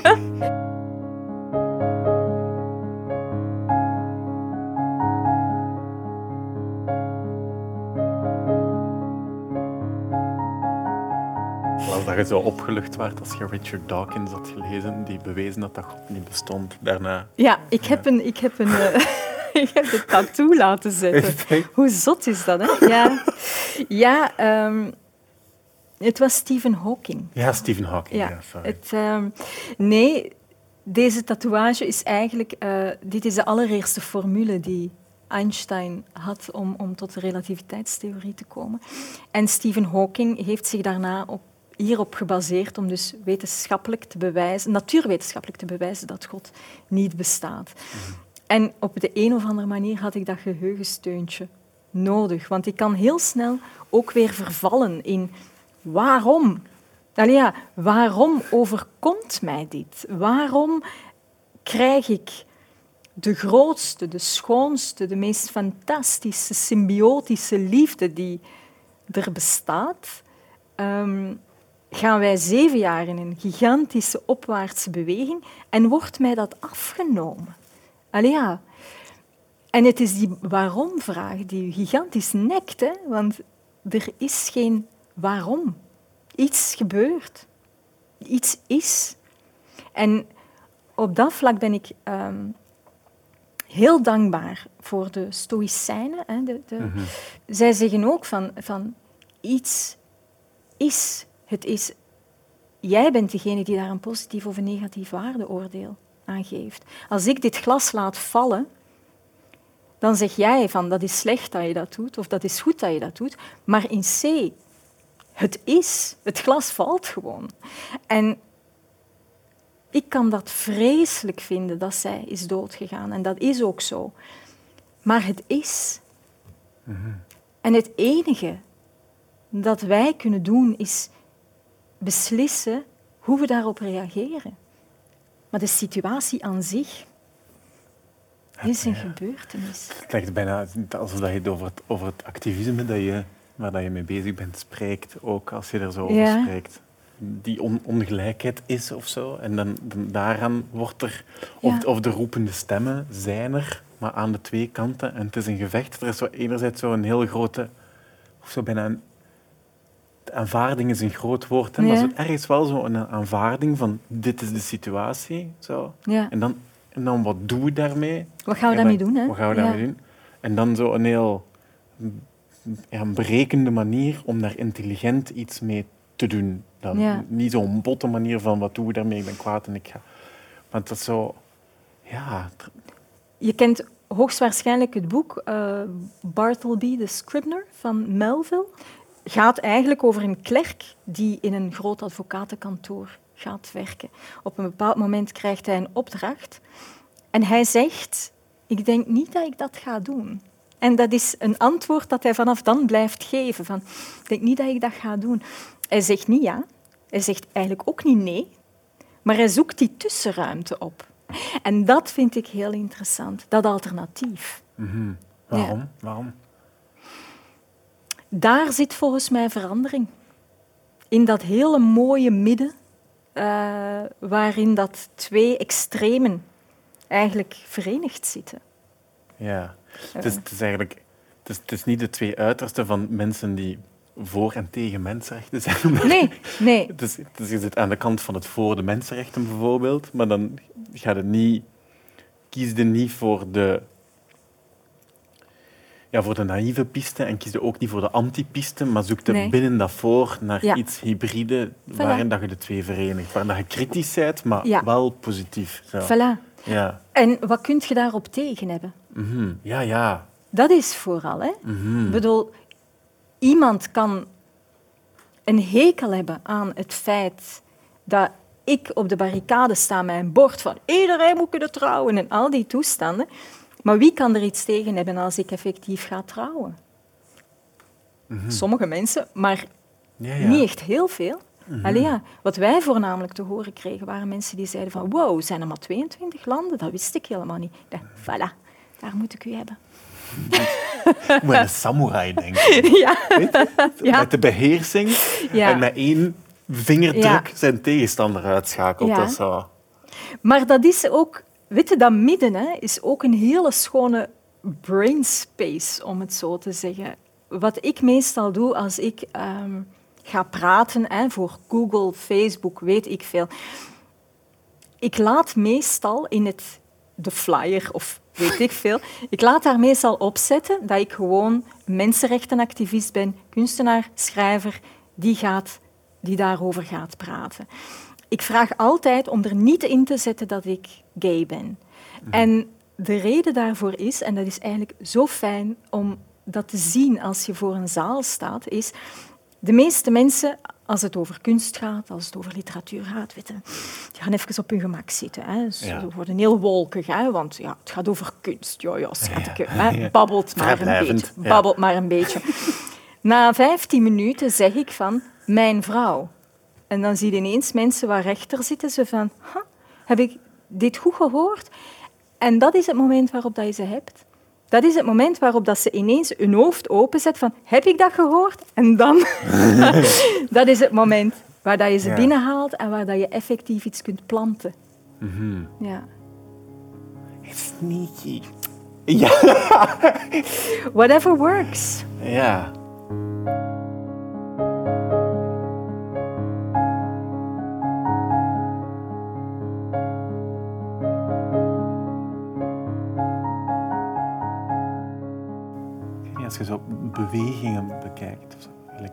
Als dat je zo opgelucht werd als je Richard Dawkins had gelezen, die bewezen had dat God niet bestond daarna. Ja, ik heb een, ik heb een, uh, ik heb de tattoo laten zetten. Hoe zot is dat, hè? Ja, ja um, het was Stephen Hawking. Ja, Stephen Hawking, ja, ja sorry. Het, um, nee, deze tatoeage is eigenlijk... Uh, dit is de allereerste formule die Einstein had om, om tot de relativiteitstheorie te komen. En Stephen Hawking heeft zich daarna op hierop gebaseerd om dus wetenschappelijk te bewijzen, natuurwetenschappelijk te bewijzen dat God niet bestaat. Mm-hmm. En op de een of andere manier had ik dat geheugensteuntje nodig, want ik kan heel snel ook weer vervallen in waarom? Allee, ja, waarom overkomt mij dit? Waarom krijg ik de grootste, de schoonste, de meest fantastische, symbiotische liefde die er bestaat? Um, gaan wij zeven jaar in een gigantische opwaartse beweging en wordt mij dat afgenomen. Allee, ja. En het is die waarom-vraag die u gigantisch nekt, hè? Want er is geen waarom. Iets gebeurt. Iets is. En op dat vlak ben ik um, heel dankbaar voor de Stoïcijnen. Hè? De, de, mm-hmm. Zij zeggen ook van, van iets is. Het is, jij bent degene die daar een positief of een negatief waardeoordeel aan geeft. Als ik dit glas laat vallen, dan zeg jij van dat is slecht dat je dat doet, of dat is goed dat je dat doet. Maar in C, het is, het glas valt gewoon. En ik kan dat vreselijk vinden dat zij is doodgegaan. En dat is ook zo. Maar het is. Mm-hmm. En het enige dat wij kunnen doen is beslissen hoe we daarop reageren. Maar de situatie aan zich is een ja. gebeurtenis. Het lijkt bijna alsof je het over het, over het activisme dat je, waar dat je mee bezig bent spreekt, ook als je er zo over ja. spreekt. Die on, ongelijkheid is of zo. En dan, dan daaraan wordt er... Of, ja. of de roepende stemmen zijn er, maar aan de twee kanten. En het is een gevecht. Er is zo enerzijds zo een heel grote... Of zo bijna een de aanvaarding is een groot woord. En Ja. dat is ergens wel zo een aanvaarding van dit is de situatie. Zo. Ja. En, dan, en dan wat doen we daarmee? Wat gaan we En daarmee wat- doen? Hè? Wat gaan we daarmee Ja. doen? En dan zo een heel ja, een berekende manier om daar intelligent iets mee te doen. Dan Ja. niet zo'n botte manier van wat doen we daarmee, ik ben kwaad en ik ga... Maar dat is zo... Ja... tr- Je kent hoogstwaarschijnlijk het boek uh, Bartleby the Scribner van Melville. Gaat eigenlijk over een klerk die in een groot advocatenkantoor gaat werken. Op een bepaald moment krijgt hij een opdracht en hij zegt: ik denk niet dat ik dat ga doen. En dat is een antwoord dat hij vanaf dan blijft geven. Van, ik denk niet dat ik dat ga doen. Hij zegt niet ja. Hij zegt eigenlijk ook niet nee. Maar hij zoekt die tussenruimte op. En dat vind ik heel interessant, dat alternatief. Mhm. Waarom? Waarom? Daar zit volgens mij verandering. In dat hele mooie midden, uh, waarin dat twee extremen eigenlijk verenigd zitten. Ja. Het is, het is eigenlijk... Het is, het is niet de twee uitersten van mensen die voor en tegen mensenrechten zijn. Maar Nee, nee. Het is, het is, je zit aan de kant van het voor de mensenrechten bijvoorbeeld, maar dan ga je niet, kies je niet voor de, ja, voor de naïeve piste en kies je ook niet voor de antipiste, maar zoek je Nee. binnen dat voor naar Ja. iets hybride Voilà. waarin dat je de twee verenigt. Waarin dat je kritisch bent, maar Ja. wel positief. Zo. Voilà. Ja. En wat kun je daarop tegen hebben? Mhm. Ja, ja. Dat is vooral. Hè? Mhm. Ik bedoel, iemand kan een hekel hebben aan het feit dat ik op de barricade sta met een bord van iedereen moet kunnen trouwen en al die toestanden. Maar wie kan er iets tegen hebben als ik effectief ga trouwen? Mhm. Sommige mensen, maar Ja, ja. niet echt heel veel. Mhm. Allee, ja, wat wij voornamelijk te horen kregen, waren mensen die zeiden van wow, zijn er maar tweeëntwintig landen? Dat wist ik helemaal niet. Ik dacht, voilà, daar moet ik u hebben. Ik moet aan een samurai denken. Ja. Weet je? Ja. Met de beheersing Ja. en met één vingerdruk Ja. zijn tegenstander uitschakelt. Ja. Dat is zo. Maar dat is ook, weet je, dat midden hè, is ook een hele schone brain space, om het zo te zeggen. Wat ik meestal doe als ik um, ga praten hè, voor Google, Facebook, weet ik veel. Ik laat meestal in het, de flyer of weet ik veel, ik laat daar meestal op zetten dat ik gewoon mensenrechtenactivist ben, kunstenaar, schrijver, die, gaat, die daarover gaat praten. Ik vraag altijd om er niet in te zetten dat ik gay ben. Mm. En de reden daarvoor is, en dat is eigenlijk zo fijn om dat te zien als je voor een zaal staat, is de meeste mensen, als het over kunst gaat, als het over literatuur gaat, weet je, die gaan even op hun gemak zitten. Hè. Dus Ja. Ze worden heel wolkig, hè, want ja, het gaat over kunst. Ja, ja, schatje, Ja. hè, Ja. babbelt maar een Vrijblijvend, beetje. ja. Babbelt maar een beetje. Na vijftien minuten zeg ik van, mijn vrouw. En dan zie je ineens mensen waar rechter zitten, ze van, huh, heb ik dit goed gehoord? En dat is het moment waarop dat je ze hebt. Dat is het moment waarop dat ze ineens hun hoofd openzet van, heb ik dat gehoord? En dan, dat is het moment waar dat je ze Ja. binnenhaalt en waar dat je effectief iets kunt planten. Mhm. Ja. It's sneaky. Ja. Whatever works. Ja. Als je zo bewegingen bekijkt, of zo, like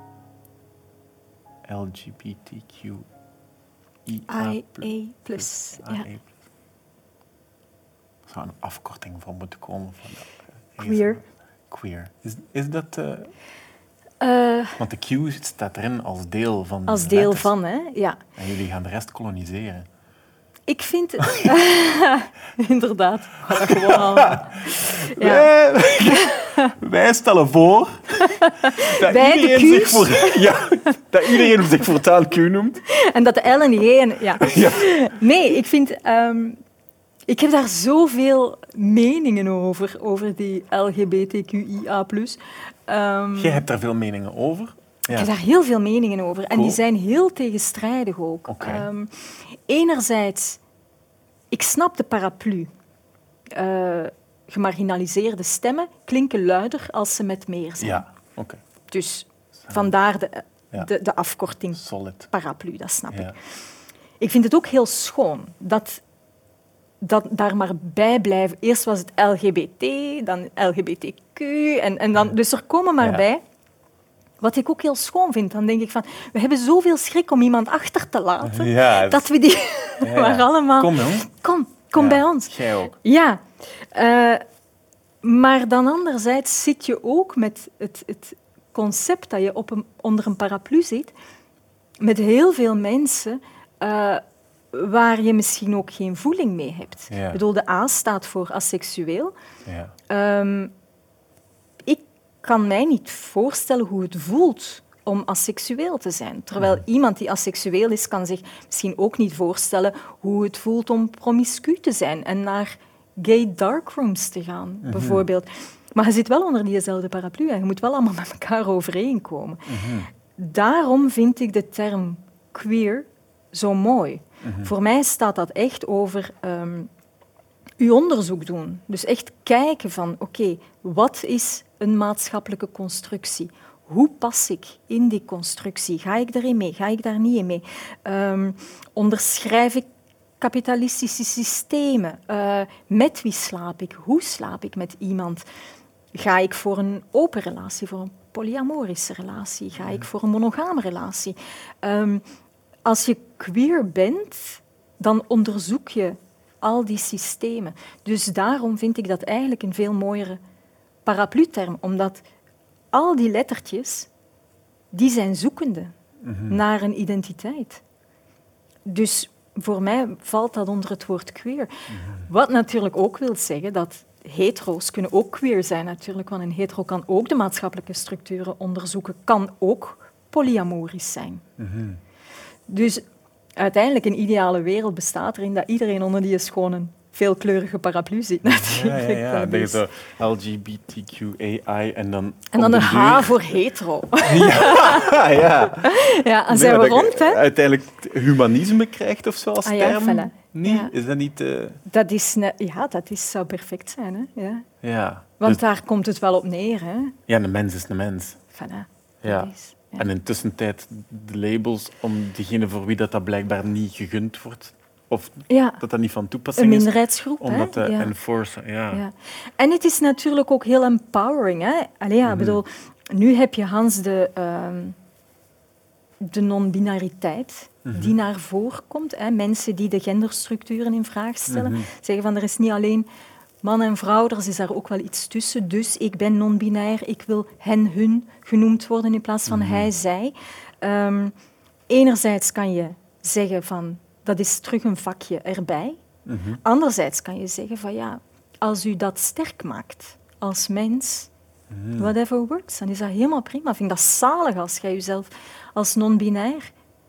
L G B T Q I A I A plus. Ja. Er zou een afkorting voor moeten komen. Van dat, uh, Queer. Queer. Is, is dat... Uh, Uh, want de Q staat erin als deel van als de deel letters. van, hè? Ja. En jullie gaan de rest koloniseren. Ik vind het... Inderdaad. Ga dat gewoon allemaal. Ja. Wij, wij stellen voor dat Wij, de iedereen, zich Q's. voor, ja, dat iedereen zich voortaan Q noemt. En dat de L en de G... En, ja. Ja. Nee, ik vind... Um, ik heb daar zoveel meningen over, over die L G B T Q I A plus. Um, Jij hebt daar veel meningen over. Ja. Ik heb daar heel veel meningen over. En Cool. die zijn heel tegenstrijdig ook. Oké. Um, enerzijds, ik snap de paraplu. Uh, gemarginaliseerde stemmen klinken luider als ze met meer zijn. Ja, oké. Dus vandaar de ja. de, de afkorting Solid. paraplu, dat snap Ja. ik. Ik vind het ook heel schoon dat, dat daar maar bij blijven. Eerst was het L G B T, dan L G B T Q. En, en dan, dus er komen maar Ja. bij. Wat ik ook heel schoon vind, dan denk ik van... We hebben zoveel schrik om iemand achter te laten. Ja, Dat we die ja, ja. maar allemaal... Kom, jong. Kom, kom Ja, bij ons. Jij ook. Ja. Uh, maar dan anderzijds zit je ook met het, het concept dat je op een, onder een paraplu zit, met heel veel mensen uh, waar je misschien ook geen voeling mee hebt. Ja. Ik bedoel, de A staat voor asexueel. Ja. Um, ik kan mij niet voorstellen hoe het voelt om asexueel te zijn. Terwijl Mhm. iemand die asexueel is, kan zich misschien ook niet voorstellen hoe het voelt om promiscu te zijn en naar gay darkrooms te gaan, Mhm. bijvoorbeeld. Maar je zit wel onder diezelfde paraplu en je moet wel allemaal met elkaar overeenkomen. Mhm. Daarom vind ik de term queer zo mooi. Mhm. Voor mij staat dat echt over um, uw onderzoek doen. Dus echt kijken van, oké, okay, wat is een maatschappelijke constructie? Hoe pas ik in die constructie? Ga ik erin mee? Ga ik daar niet in mee? Um, onderschrijf ik kapitalistische systemen? Uh, met wie slaap ik? Hoe slaap ik met iemand? Ga ik voor een open relatie, voor een polyamorische relatie? Ga ik voor een monogame relatie? Um, als je queer bent, dan onderzoek je al die systemen. Dus daarom vind ik dat eigenlijk een veel mooiere paraplu-term, omdat al die lettertjes, die zijn zoekende mm-hmm. naar een identiteit. Dus voor mij valt dat onder het woord queer. Mm-hmm. Wat natuurlijk ook wil zeggen dat hetero's kunnen ook queer zijn, natuurlijk, want een hetero kan ook de maatschappelijke structuren onderzoeken, kan ook polyamorisch zijn. Mm-hmm. Dus uiteindelijk een ideale wereld bestaat erin dat iedereen onder die schone veelkleurige paraplu zit, natuurlijk. Ja, ja, ja. Dat is zo L G B T Q A I en dan... En dan een H voor hetero. Ja, ja. Ja, en zijn we rond, hè? Uiteindelijk humanisme krijgt of zo als ah, ja, term. Felle. Nee, ja. Is dat niet... Uh... Dat is ne- ja, dat is, zou perfect zijn, hè? Ja. Ja. Want dus... daar komt het wel op neer, hè? Ja, een mens is een mens. Felle. Ja. Is, ja. En intussen tijd de labels om degene voor wie dat, dat blijkbaar niet gegund wordt... Of ja. dat dat niet van toepassing is. is. Een minderheidsgroep, om dat te ja. enforcen. Ja. Ja. En het is natuurlijk ook heel empowering. Hè? Allee, ja, mm-hmm. bedoel, nu heb je Hans de, um, de non-binariteit mm-hmm. die naar voren komt. Hè? Mensen die de genderstructuren in vraag stellen. Mm-hmm. Zeggen van er is niet alleen man en vrouw, er is daar ook wel iets tussen. Dus ik ben non-binair, ik wil hen, hun genoemd worden in plaats van mm-hmm. hij, zij. Um, enerzijds kan je zeggen van... Dat is terug een vakje erbij. Mm-hmm. Anderzijds kan je zeggen van ja, als u dat sterk maakt als mens, mm. whatever works, dan is dat helemaal prima. Ik vind dat zalig als jij jezelf als non-binair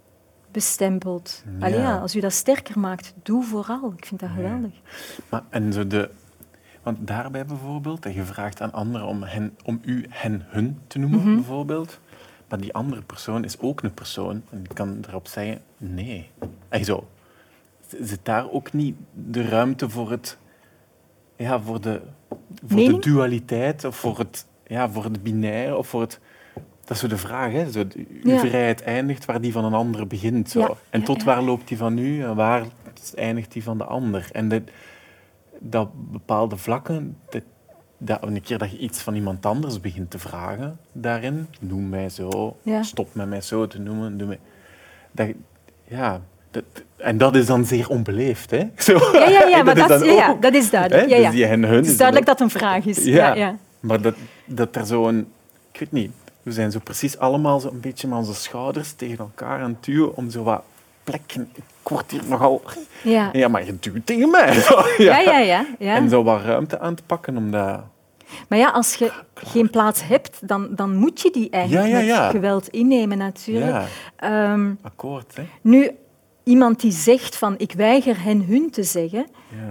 bestempelt. Ja. Allee, ja, als u dat sterker maakt, doe vooral. Ik vind dat ja. geweldig. Maar, en zo de, want daarbij bijvoorbeeld, en je vraagt aan anderen om, hen, om u hen hun te noemen, mm-hmm. bijvoorbeeld. Maar die andere persoon is ook een persoon. En ik kan erop zeggen, nee. En zo, zit daar ook niet de ruimte voor, het, ja, voor, de, voor de dualiteit of voor het, ja, voor het binaire? Of voor het, dat is zo de vraag. Hè? Zo, uw ja. vrijheid eindigt waar die van een ander begint. Zo. Ja, en tot ja, ja. waar loopt die van u en waar eindigt die van de ander? En dat, dat bepaalde vlakken... Dat, Dat, een keer dat je iets van iemand anders begint te vragen daarin, noem mij zo, ja. stop met mij zo te noemen, doe mij, dat, ja, dat, en dat is dan zeer onbeleefd, hè? Zo. Ja, ja, ja, maar dat, dat, is, ja, ja, dat is duidelijk. Ja, ja. Dus die hen, hun, het is duidelijk dat het een vraag is. Ja, ja, ja. Maar dat, dat er zo een, ik weet niet, we zijn zo precies allemaal zo een beetje met onze schouders tegen elkaar aan het duwen om zo wat plekken. Ik word hier nogal... Ja, ja maar je duwt tegen mij. ja. Ja, ja, ja, ja. En zo wat ruimte aan te pakken om dat... Maar ja, als je Klaar. geen plaats hebt, dan, dan moet je die eigenlijk ja, ja, ja. met geweld innemen, natuurlijk. Ja. Um, Akkoord, hè? Nu, iemand die zegt van, ik weiger hen hun te zeggen...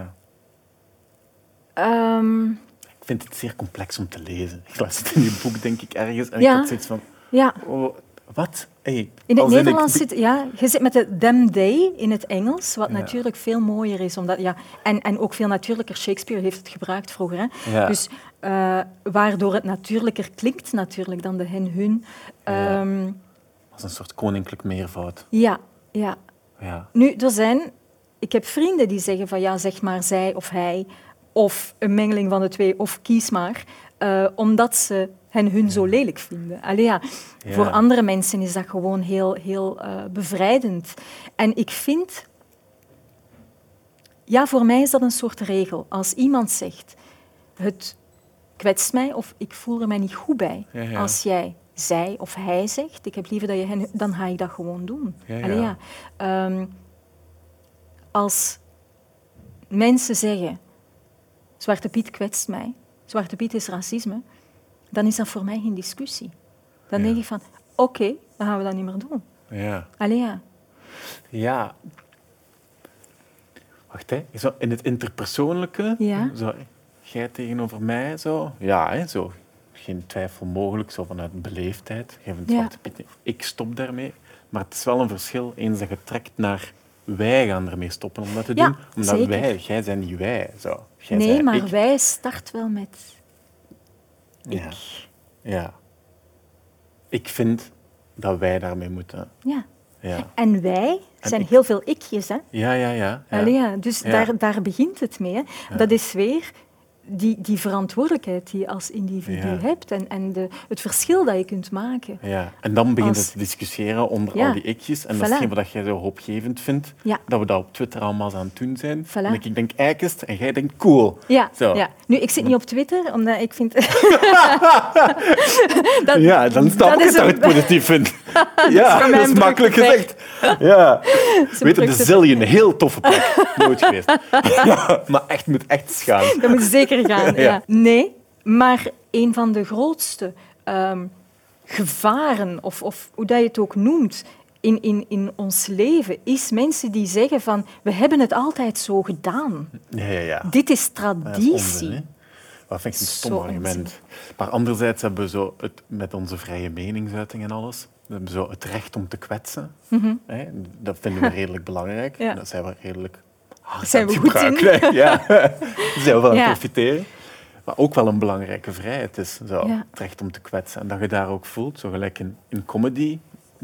Ja. Um, ik vind het zeer complex om te lezen. Ik las het in je boek, denk ik, ergens. En ja. ik had zoiets van... Ja. Oh, wat? Hey, in het Nederlands ik... zit... Ja, je zit met de them, they in het Engels, wat ja. natuurlijk veel mooier is. Omdat, ja, en, en ook veel natuurlijker. Shakespeare heeft het gebruikt vroeger. Hè? Ja. Dus uh, waardoor het natuurlijker klinkt natuurlijk dan de hen, hun. Ja. Um, Als een soort koninklijk meervoud. Ja, ja. Ja. Nu, er zijn... Ik heb vrienden die zeggen van ja, zeg maar zij of hij, of een mengeling van de twee, of kies maar, uh, omdat ze hen hun zo lelijk vinden. Allee, ja, Ja. Voor andere mensen is dat gewoon heel, heel uh, bevrijdend. En ik vind... Ja, voor mij is dat een soort regel. Als iemand zegt, het kwetst mij of ik voel er mij niet goed bij, Ja, ja. als jij zij of hij zegt, ik heb liever dat je hen... Dan ga ik dat gewoon doen. Ja, ja. Allee, ja. Um, als mensen zeggen, Zwarte Piet kwetst mij, Zwarte Piet is racisme, dan is dat voor mij geen discussie. Dan Ja. denk ik van, oké, okay, dan gaan we dat niet meer doen. Ja. Allee, ja. Ja. Wacht, hè. Zo in het interpersoonlijke, Ja. zo, jij tegenover mij, zo. Ja, hè, zo. Geen twijfel mogelijk, zo vanuit beleefdheid. Jij vindt Ja. Zwarte Piet niet. Ik stop daarmee. Maar het is wel een verschil, eens dat je trekt naar wij gaan ermee stoppen om dat te Ja, doen. Omdat zeker. wij, jij bent niet wij. Zo. Jij Nee, zei maar ik. wij start wel met Ja. ik. Ja. Ik vind dat wij daarmee moeten. Ja. Ja, En wij En zijn ik. heel veel ikjes, hè. ja, ja. ja, ja. Allee, ja. Dus Ja. Daar, daar begint het mee. Hè. Ja. Dat is weer die, die verantwoordelijkheid die je als individu Ja. hebt en, en de, het verschil dat je kunt maken. Ja. En dan begint Als- het te discussiëren onder Ja. al die ikjes. En dat Voilà. is hetgeen wat jij zo hoopgevend vindt. Ja. Dat we dat op Twitter allemaal aan het doen zijn. Voilà. En ik denk eikest en jij denkt cool. Ja, Zo. ja. Nu, ik zit niet op Twitter, omdat ik vind... dat, Ja, dan snap dat ik is het dat je een- het positief vindt. Ja, voor mij dat is een makkelijk druk gezegd. Ja. is een Weet je, de druk te- Zillion, een heel toffe plek. Nooit geweest. Ja, maar echt moet echt schaam. Dat moet zeker gaan. Ja. Ja. Nee, maar een van de grootste ehm, gevaren, of, of hoe dat je het ook noemt, in, in, in ons leven, is mensen die zeggen van we hebben het altijd zo gedaan. Ja, ja, ja. Dit is Dat is traditie. onzin, hè? Dat vind ik een stom Zo argument. onzin. Maar anderzijds hebben we zo het, met onze vrije meningsuiting en alles, we hebben zo het recht om te kwetsen. Hè? Dat vinden we redelijk belangrijk. Ja. Daar zijn we redelijk hard Zijn aan we het goed in. gebruiken, hè. Ja. Daar zijn we van aan Ja. het profiteren. Maar ook wel een belangrijke vrijheid is zo, Ja. het recht om te kwetsen. En dat je daar ook voelt, zo gelijk in, in comedy,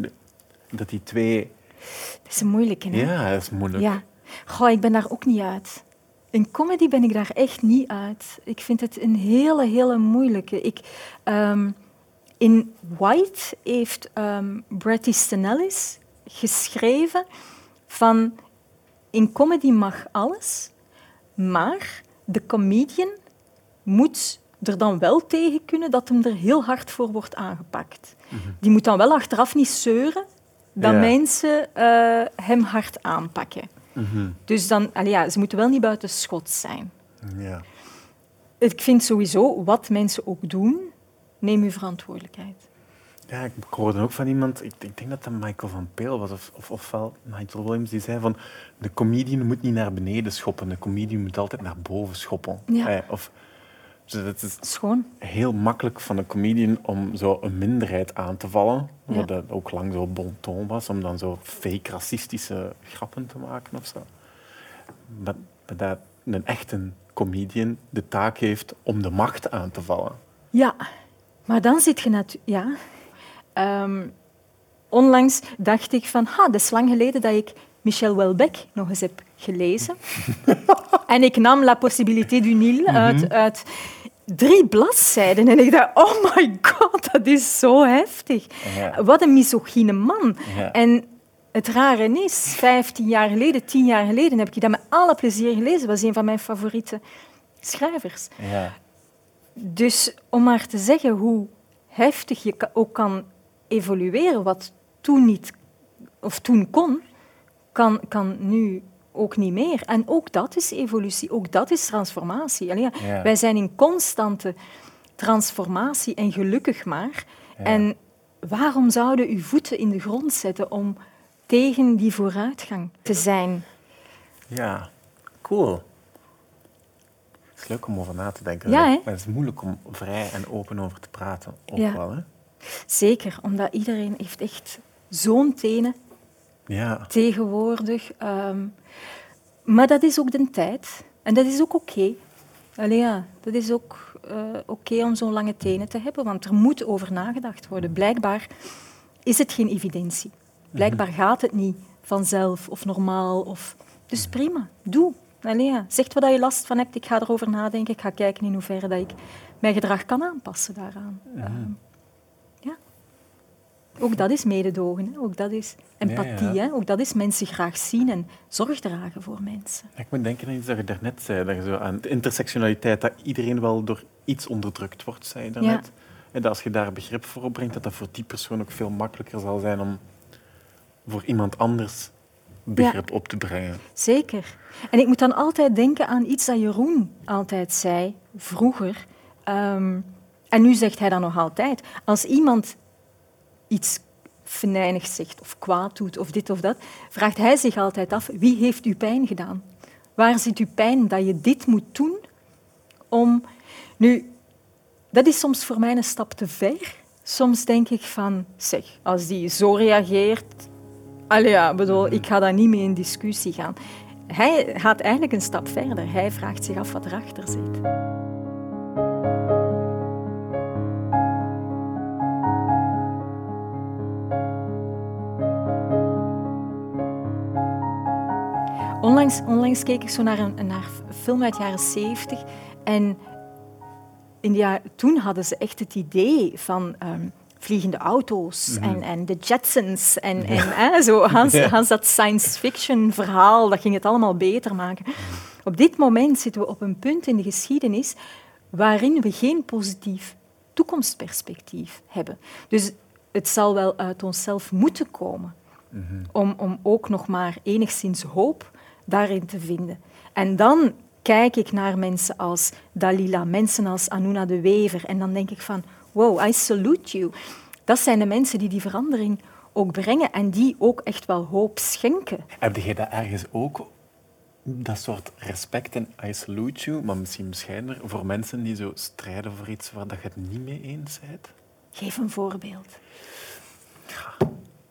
dat die twee... Dat is een moeilijke, hè? Ja, dat is moeilijk. Ja. Goh, ik ben daar ook niet uit. In comedy ben ik daar echt niet uit. Ik vind het een hele, hele moeilijke. Ik, ehm, in White heeft um, Bret Easton Ellis geschreven van in comedy mag alles, maar de comedian moet er dan wel tegen kunnen dat hem er heel hard voor wordt aangepakt. Mm-hmm. Die moet dan wel achteraf niet zeuren dat Ja. mensen uh, hem hard aanpakken. Mm-hmm. Dus dan, allee, ja, ze moeten wel niet buiten schot zijn. Ja. Ik vind sowieso, wat mensen ook doen, neem uw verantwoordelijkheid. Ja, ik hoorde ook van iemand, ik, ik denk dat dat Michael van Peel was, of, of, ofwel Nigel Williams, die zei van de comedian moet niet naar beneden schoppen, de comedian moet altijd naar boven schoppen. Ja. Eh, of, dus het is Schoon. heel makkelijk van een comedian om zo een minderheid aan te vallen, Ja. wat dat ook lang zo bon ton was, om dan zo fake racistische grappen te maken of zo. Maar, maar dat een echte comedian de taak heeft om de macht aan te vallen. Ja, maar dan zit je natuurlijk... Ja. Um, onlangs dacht ik van, ha, dat is lang geleden dat ik Michel Houellebecq nog eens heb gelezen. En ik nam La Possibilité du Nil Mm-hmm. uit, uit drie bladzijden. En ik dacht, oh my god, dat is zo heftig. Ja. Wat een misogyne man. Ja. En het rare is, vijftien jaar geleden, tien jaar geleden, heb ik dat met alle plezier gelezen. Dat was een van mijn favoriete schrijvers. Ja. Dus om maar te zeggen hoe heftig je ook kan evolueren, wat toen niet of toen kon, kan, kan nu ook niet meer. En ook dat is evolutie, ook dat is transformatie. Allee, Ja. Wij zijn in constante transformatie en gelukkig maar. Ja. En waarom zouden uw voeten in de grond zetten om tegen die vooruitgang te zijn? Ja, cool. Het is leuk om over na te denken. Ja, hè? Maar het is moeilijk om vrij en open over te praten. Ook Ja. wel, hè? Zeker, omdat iedereen heeft echt zo'n tenen Ja. tegenwoordig. Um, maar dat is ook de tijd. En dat is ook oké. Okay. Allee, ja, dat is ook uh, oké okay om zo'n lange tenen te hebben, want er moet over nagedacht worden. Blijkbaar is het geen evidentie. Blijkbaar gaat het niet vanzelf of normaal. Of... Dus prima, doe. Allee, ja. Zeg wat je last van hebt, ik ga erover nadenken, ik ga kijken in hoeverre dat ik mijn gedrag kan aanpassen daaraan. Ja. Uh, ja. Ook dat is mededogen, hè. Ook dat is empathie, ja, ja. Hè. Ook dat is mensen graag zien en zorg dragen voor mensen. Ik moet denken aan iets dat je daarnet zei, dat je zo aan de intersectionaliteit, dat iedereen wel door iets onderdrukt wordt, zei je daarnet. Ja. En dat als je daar begrip voor opbrengt, dat dat voor die persoon ook veel makkelijker zal zijn om voor iemand anders begrip ja. op te brengen. Zeker. En ik moet dan altijd denken aan iets dat Jeroen altijd zei, vroeger. Um, en nu zegt hij dat nog altijd. Als iemand iets venijnigs zegt of kwaad doet of dit of dat, vraagt hij zich altijd af, wie heeft u pijn gedaan? Waar zit uw pijn dat je dit moet doen om... Nu, dat is soms voor mij een stap te ver. Soms denk ik van, zeg, als die zo reageert... Allee, ja, bedoel, ik ga daar niet mee in discussie gaan. Hij gaat eigenlijk een stap verder. Hij vraagt zich af wat erachter zit. Onlangs, onlangs keek ik zo naar een, naar een film uit de jaren zeventig. En in die jaar, toen hadden ze echt het idee van... Um, vliegende auto's mm-hmm. en, en de Jetsons. En, en, hè, zo, Hans, ja. Hans dat science fiction verhaal, dat ging het allemaal beter maken. Op dit moment zitten we op een punt in de geschiedenis waarin we geen positief toekomstperspectief hebben. Dus het zal wel uit onszelf moeten komen mm-hmm. om, om ook nog maar enigszins hoop daarin te vinden. En dan kijk ik naar mensen als Dalila, mensen als Anuna de Wever en dan denk ik van... Wow, I salute you. Dat zijn de mensen die die verandering ook brengen en die ook echt wel hoop schenken. Heb je dat ergens ook, dat soort respect en I salute you, maar misschien bescheidener, voor mensen die zo strijden voor iets waar je het niet mee eens bent? Geef een voorbeeld. Ja.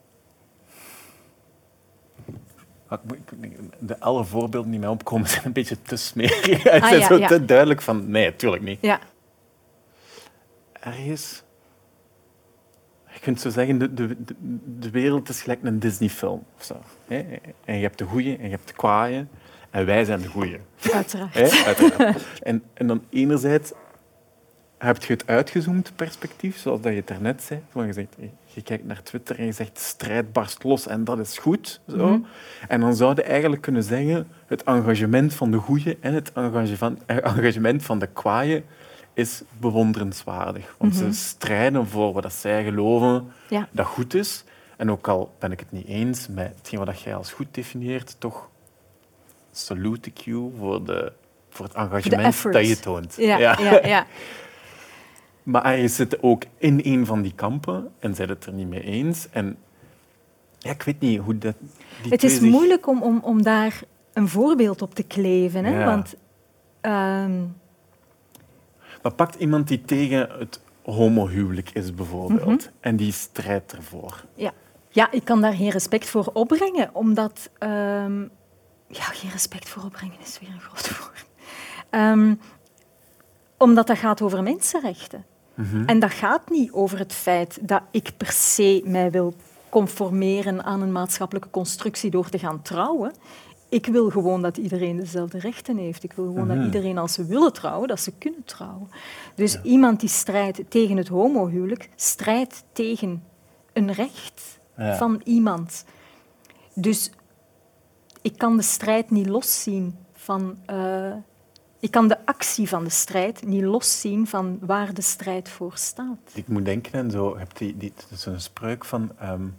De alle voorbeelden die mij opkomen zijn een beetje te smerig. Het ah, is ja, zo ja. te duidelijk van, nee, natuurlijk niet. Ja. Ergens... Je kunt zo zeggen, de, de, de wereld is gelijk een Disney-film. Of zo. En je hebt de goeie en je hebt de kwaaie. En wij zijn de goeie. Uiteraard. He? Uiteraard. En, en dan enerzijds heb je het uitgezoomd perspectief, zoals dat je het daarnet zei. Je, zegt, je kijkt naar Twitter en je zegt, de strijd barst los en dat is goed. Zo. Mm-hmm. En dan zou je eigenlijk kunnen zeggen, het engagement van de goeie en het engagement van de kwaaie is bewonderenswaardig. Want mm-hmm. ze strijden voor wat zij geloven ja. dat goed is. En ook al ben ik het niet eens met hetgeen wat jij als goed definieert, toch salute ik you voor, de, voor het engagement dat je toont. Ja, ja. Ja, ja. Maar je zit ook in een van die kampen en zijn het er niet mee eens. En ja, ik weet niet hoe dat... Die het is zich... moeilijk om, om, om daar een voorbeeld op te kleven. Hè? Ja. Want... Um... Maar pakt iemand die tegen het homohuwelijk is, bijvoorbeeld, mm-hmm. en die strijdt ervoor. Ja. ja, ik kan daar geen respect voor opbrengen, omdat... Um... Ja, geen respect voor opbrengen is weer een groot woord. Um, omdat dat gaat over mensenrechten. Mm-hmm. En dat gaat niet over het feit dat ik per se mij wil conformeren aan een maatschappelijke constructie door te gaan trouwen. Ik wil gewoon dat iedereen dezelfde rechten heeft. Ik wil gewoon mm-hmm. dat iedereen, als ze willen trouwen, dat ze kunnen trouwen. Dus ja. iemand die strijdt tegen het homohuwelijk, strijdt tegen een recht ja. van iemand. Dus ik kan de strijd niet loszien van... Uh, ik kan de actie van de strijd niet loszien van waar de strijd voor staat. Ik moet denken aan zo... Heb die, die, zo'n spreuk van... Um,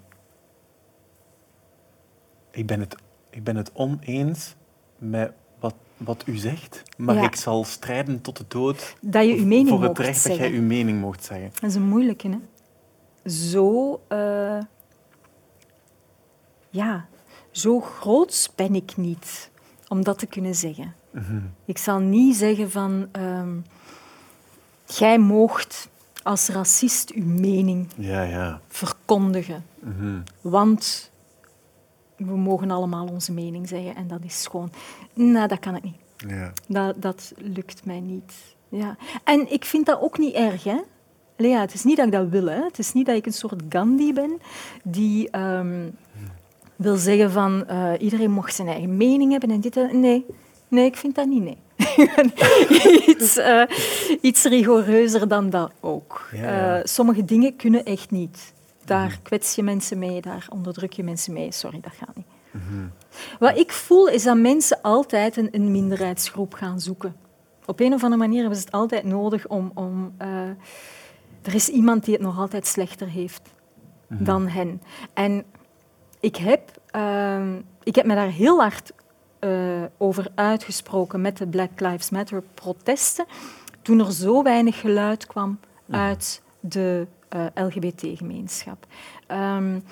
ik ben het... Ik ben het oneens met wat, wat u zegt, maar ja. ik zal strijden tot de dood dat je uw mening voor het recht zeggen. dat jij uw mening mocht zeggen. Dat is een moeilijke, hè? Zo... Uh, ja, zo groots ben ik niet om dat te kunnen zeggen. Mm-hmm. Ik zal niet zeggen van... Um, jij moogt als racist uw mening ja, ja. verkondigen. Mm-hmm. Want... We mogen allemaal onze mening zeggen en dat is gewoon... Nee, dat kan ik niet. Ja. Dat, dat lukt mij niet. Ja. En ik vind dat ook niet erg, hè. allee, ja, het is niet dat ik dat wil. Hè. Het is niet dat ik een soort Gandhi ben die um, wil zeggen van uh, iedereen mag zijn eigen mening hebben en dit en nee. Nee, ik vind dat niet, nee. iets, uh, iets rigoureuzer dan dat ook. Ja, ja. Uh, sommige dingen kunnen echt niet. Daar mm-hmm. kwets je mensen mee, daar onderdruk je mensen mee. Sorry, dat gaat niet. Mm-hmm. Wat ik voel is dat mensen altijd een, een minderheidsgroep gaan zoeken. Op een of andere manier hebben ze het altijd nodig om... om uh, er is iemand die het nog altijd slechter heeft mm-hmm. dan hen. En ik heb, uh, ik heb me daar heel hard uh, over uitgesproken met de Black Lives Matter protesten, toen er zo weinig geluid kwam mm-hmm. uit de uh, L G B T-gemeenschap. Um,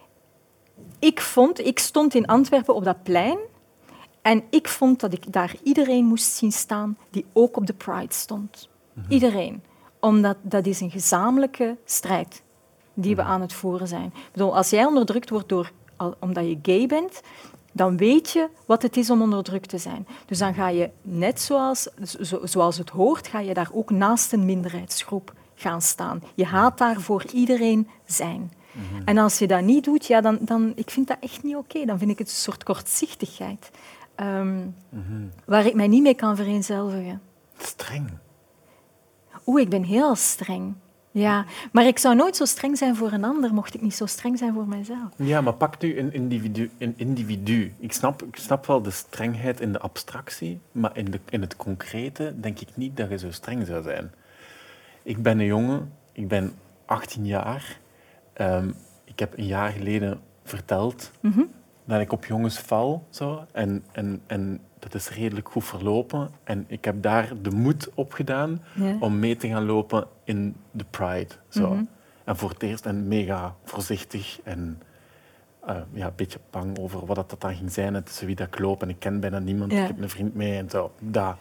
ik vond, ik stond in Antwerpen op dat plein en ik vond dat ik daar iedereen moest zien staan die ook op de Pride stond. Mm-hmm. Iedereen. Omdat dat is een gezamenlijke strijd die we aan het voeren zijn. Ik bedoel, als jij onderdrukt wordt door, omdat je gay bent, dan weet je wat het is om onderdrukt te zijn. Dus dan ga je, net zoals, zo, zoals het hoort, ga je daar ook naast een minderheidsgroep gaan staan. Je gaat daar voor iedereen zijn. Mm-hmm. En als je dat niet doet, ja, dan, dan ik vind dat echt niet oké. Dan vind ik het een soort kortzichtigheid. Um, mm-hmm. Waar ik mij niet mee kan vereenzelvigen. Streng. Oeh, ik ben heel streng. Ja, maar ik zou nooit zo streng zijn voor een ander, mocht ik niet zo streng zijn voor mijzelf. Ja, maar pak nu een individu. Een individu. Ik, snap, ik snap wel de strengheid in de abstractie, maar in, de, in het concrete denk ik niet dat je zo streng zou zijn. Ik ben een jongen, ik ben achttien jaar. Um, ik heb een jaar geleden verteld mm-hmm. dat ik op jongens val. Zo, en, en, en dat is redelijk goed verlopen. En ik heb daar de moed op gedaan ja. om mee te gaan lopen in de Pride. Zo. Mm-hmm. En voor het eerst en mega voorzichtig en uh, ja, een beetje bang over wat dat dan ging zijn en tussen wie dat ik loop. En ik ken bijna niemand, ja. ik heb een vriend mee en zo. Daar.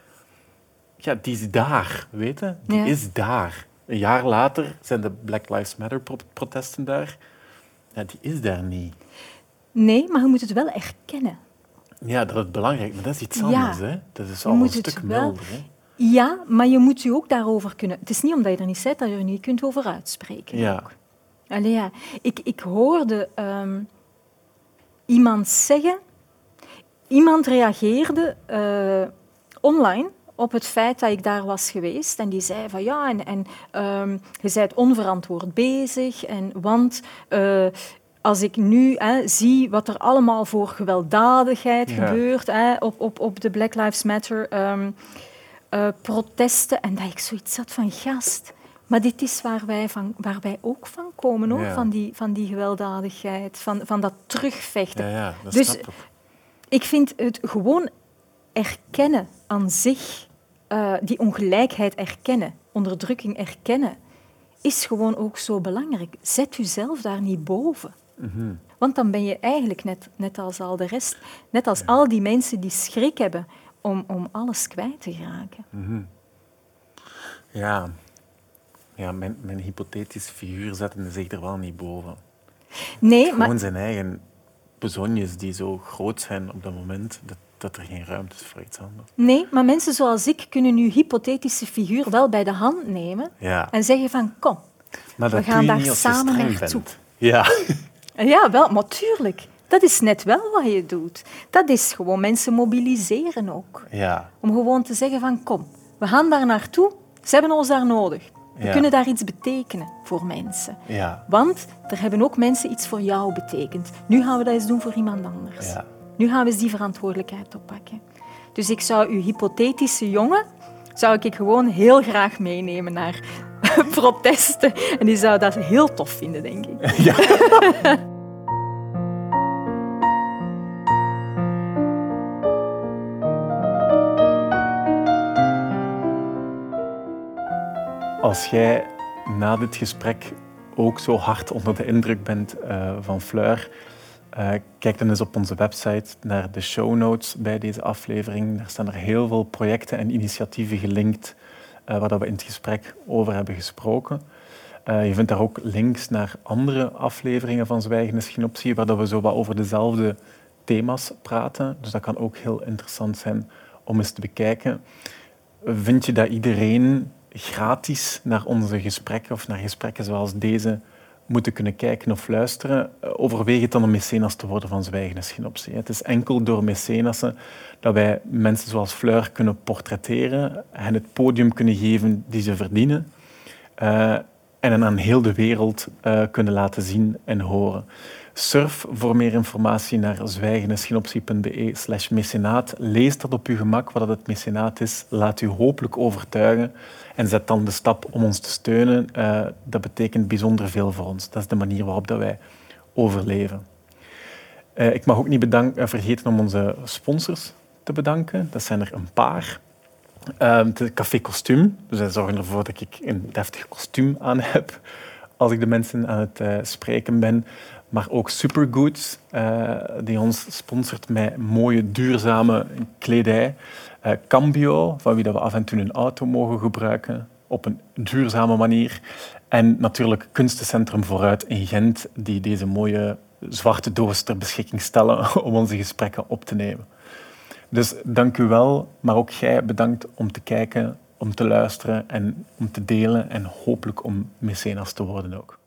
Ja, die is daar, weet je? Die ja. is daar. Een jaar later zijn de Black Lives Matter protesten daar. Ja, die is daar niet. Nee, maar je moet het wel erkennen. Ja, dat is belangrijk, maar dat is iets anders. Ja. Hè? Dat is al een stuk milder. Hè? Ja, maar je moet je ook daarover kunnen... Het is niet omdat je er niet zit dat je er niet kunt over uitspreken. Ja. Ook. Allee, ja. Ik, ik hoorde um, iemand zeggen... Iemand reageerde uh, online op het feit dat ik daar was geweest. En die zei van ja, en, en um, je bent onverantwoord bezig. En, want... Uh, Als ik nu hè, zie wat er allemaal voor gewelddadigheid ja. gebeurt hè, op, op, op de Black Lives Matter um, uh, protesten, en dat ik zoiets had van gast, maar dit is waar wij, van, waar wij ook van komen, hoor, ja. van, die, van die gewelddadigheid, van, van dat terugvechten. Ja, ja, dat dus snap ik. Ik vind het gewoon erkennen aan zich, uh, die ongelijkheid erkennen, onderdrukking erkennen, is gewoon ook zo belangrijk. Zet uzelf daar niet boven. Mm-hmm. Want dan ben je eigenlijk net, net als al de rest, net als ja. al die mensen die schrik hebben om, om alles kwijt te geraken. Mm-hmm. Ja, ja mijn, mijn hypothetische figuur zetten zich er wel niet boven. Nee, Gewoon maar... zijn eigen bezonjes die zo groot zijn op dat moment, dat, dat er geen ruimte is voor iets anders. Nee, maar mensen zoals ik kunnen uw hypothetische figuur wel bij de hand nemen ja. en zeggen van kom, maar we gaan daar samen naartoe. Ja. Ja, wel, maar tuurlijk. Dat is net wel wat je doet. Dat is gewoon mensen mobiliseren ook. Ja. Om gewoon te zeggen van kom, we gaan daar naartoe, ze hebben ons daar nodig. We ja. kunnen daar iets betekenen voor mensen. Ja. Want er hebben ook mensen iets voor jou betekend. Nu gaan we dat eens doen voor iemand anders. Ja. Nu gaan we eens die verantwoordelijkheid oppakken. Dus ik zou uw hypothetische jongen zou ik gewoon heel graag meenemen naar protesten. En die zou dat heel tof vinden, denk ik. Ja. Als jij na dit gesprek ook zo hard onder de indruk bent uh, van Fleur, uh, kijk dan eens op onze website naar de show notes bij deze aflevering. Daar staan er heel veel projecten en initiatieven gelinkt uh, waar we in het gesprek over hebben gesproken. Uh, je vindt daar ook links naar andere afleveringen van Zwijgen is geen optie, waar we zo wat over dezelfde thema's praten. Dus dat kan ook heel interessant zijn om eens te bekijken. Vind je dat iedereen gratis naar onze gesprekken of naar gesprekken zoals deze moeten kunnen kijken of luisteren, overweeg het dan om mecenas te worden van Zwijgen is geen optie. Het is enkel door mecenassen dat wij mensen zoals Fleur kunnen portretteren en het podium kunnen geven die ze verdienen uh, en hen aan heel de wereld uh, kunnen laten zien en horen. Surf voor meer informatie naar zwijgenisgeenoptie.be slash mecenaat. Lees dat op uw gemak, wat het mecenaat is. Laat u hopelijk overtuigen en zet dan de stap om ons te steunen. Uh, dat betekent bijzonder veel voor ons. Dat is de manier waarop dat wij overleven. Uh, ik mag ook niet bedank- uh, vergeten om onze sponsors te bedanken. Dat zijn er een paar. Uh, het Café Kostuum. Dus zij zorgen ervoor dat ik een deftig kostuum aan heb als ik de mensen aan het uh, spreken ben. Maar ook Supergoods, uh, die ons sponsort met mooie, duurzame kledij. Uh, Cambio, van wie dat we af en toe een auto mogen gebruiken op een duurzame manier. En natuurlijk Kunstencentrum Vooruit in Gent, die deze mooie zwarte doos ter beschikking stellen om onze gesprekken op te nemen. Dus dank u wel, maar ook jij bedankt om te kijken, om te luisteren en om te delen en hopelijk om mecenas te worden ook.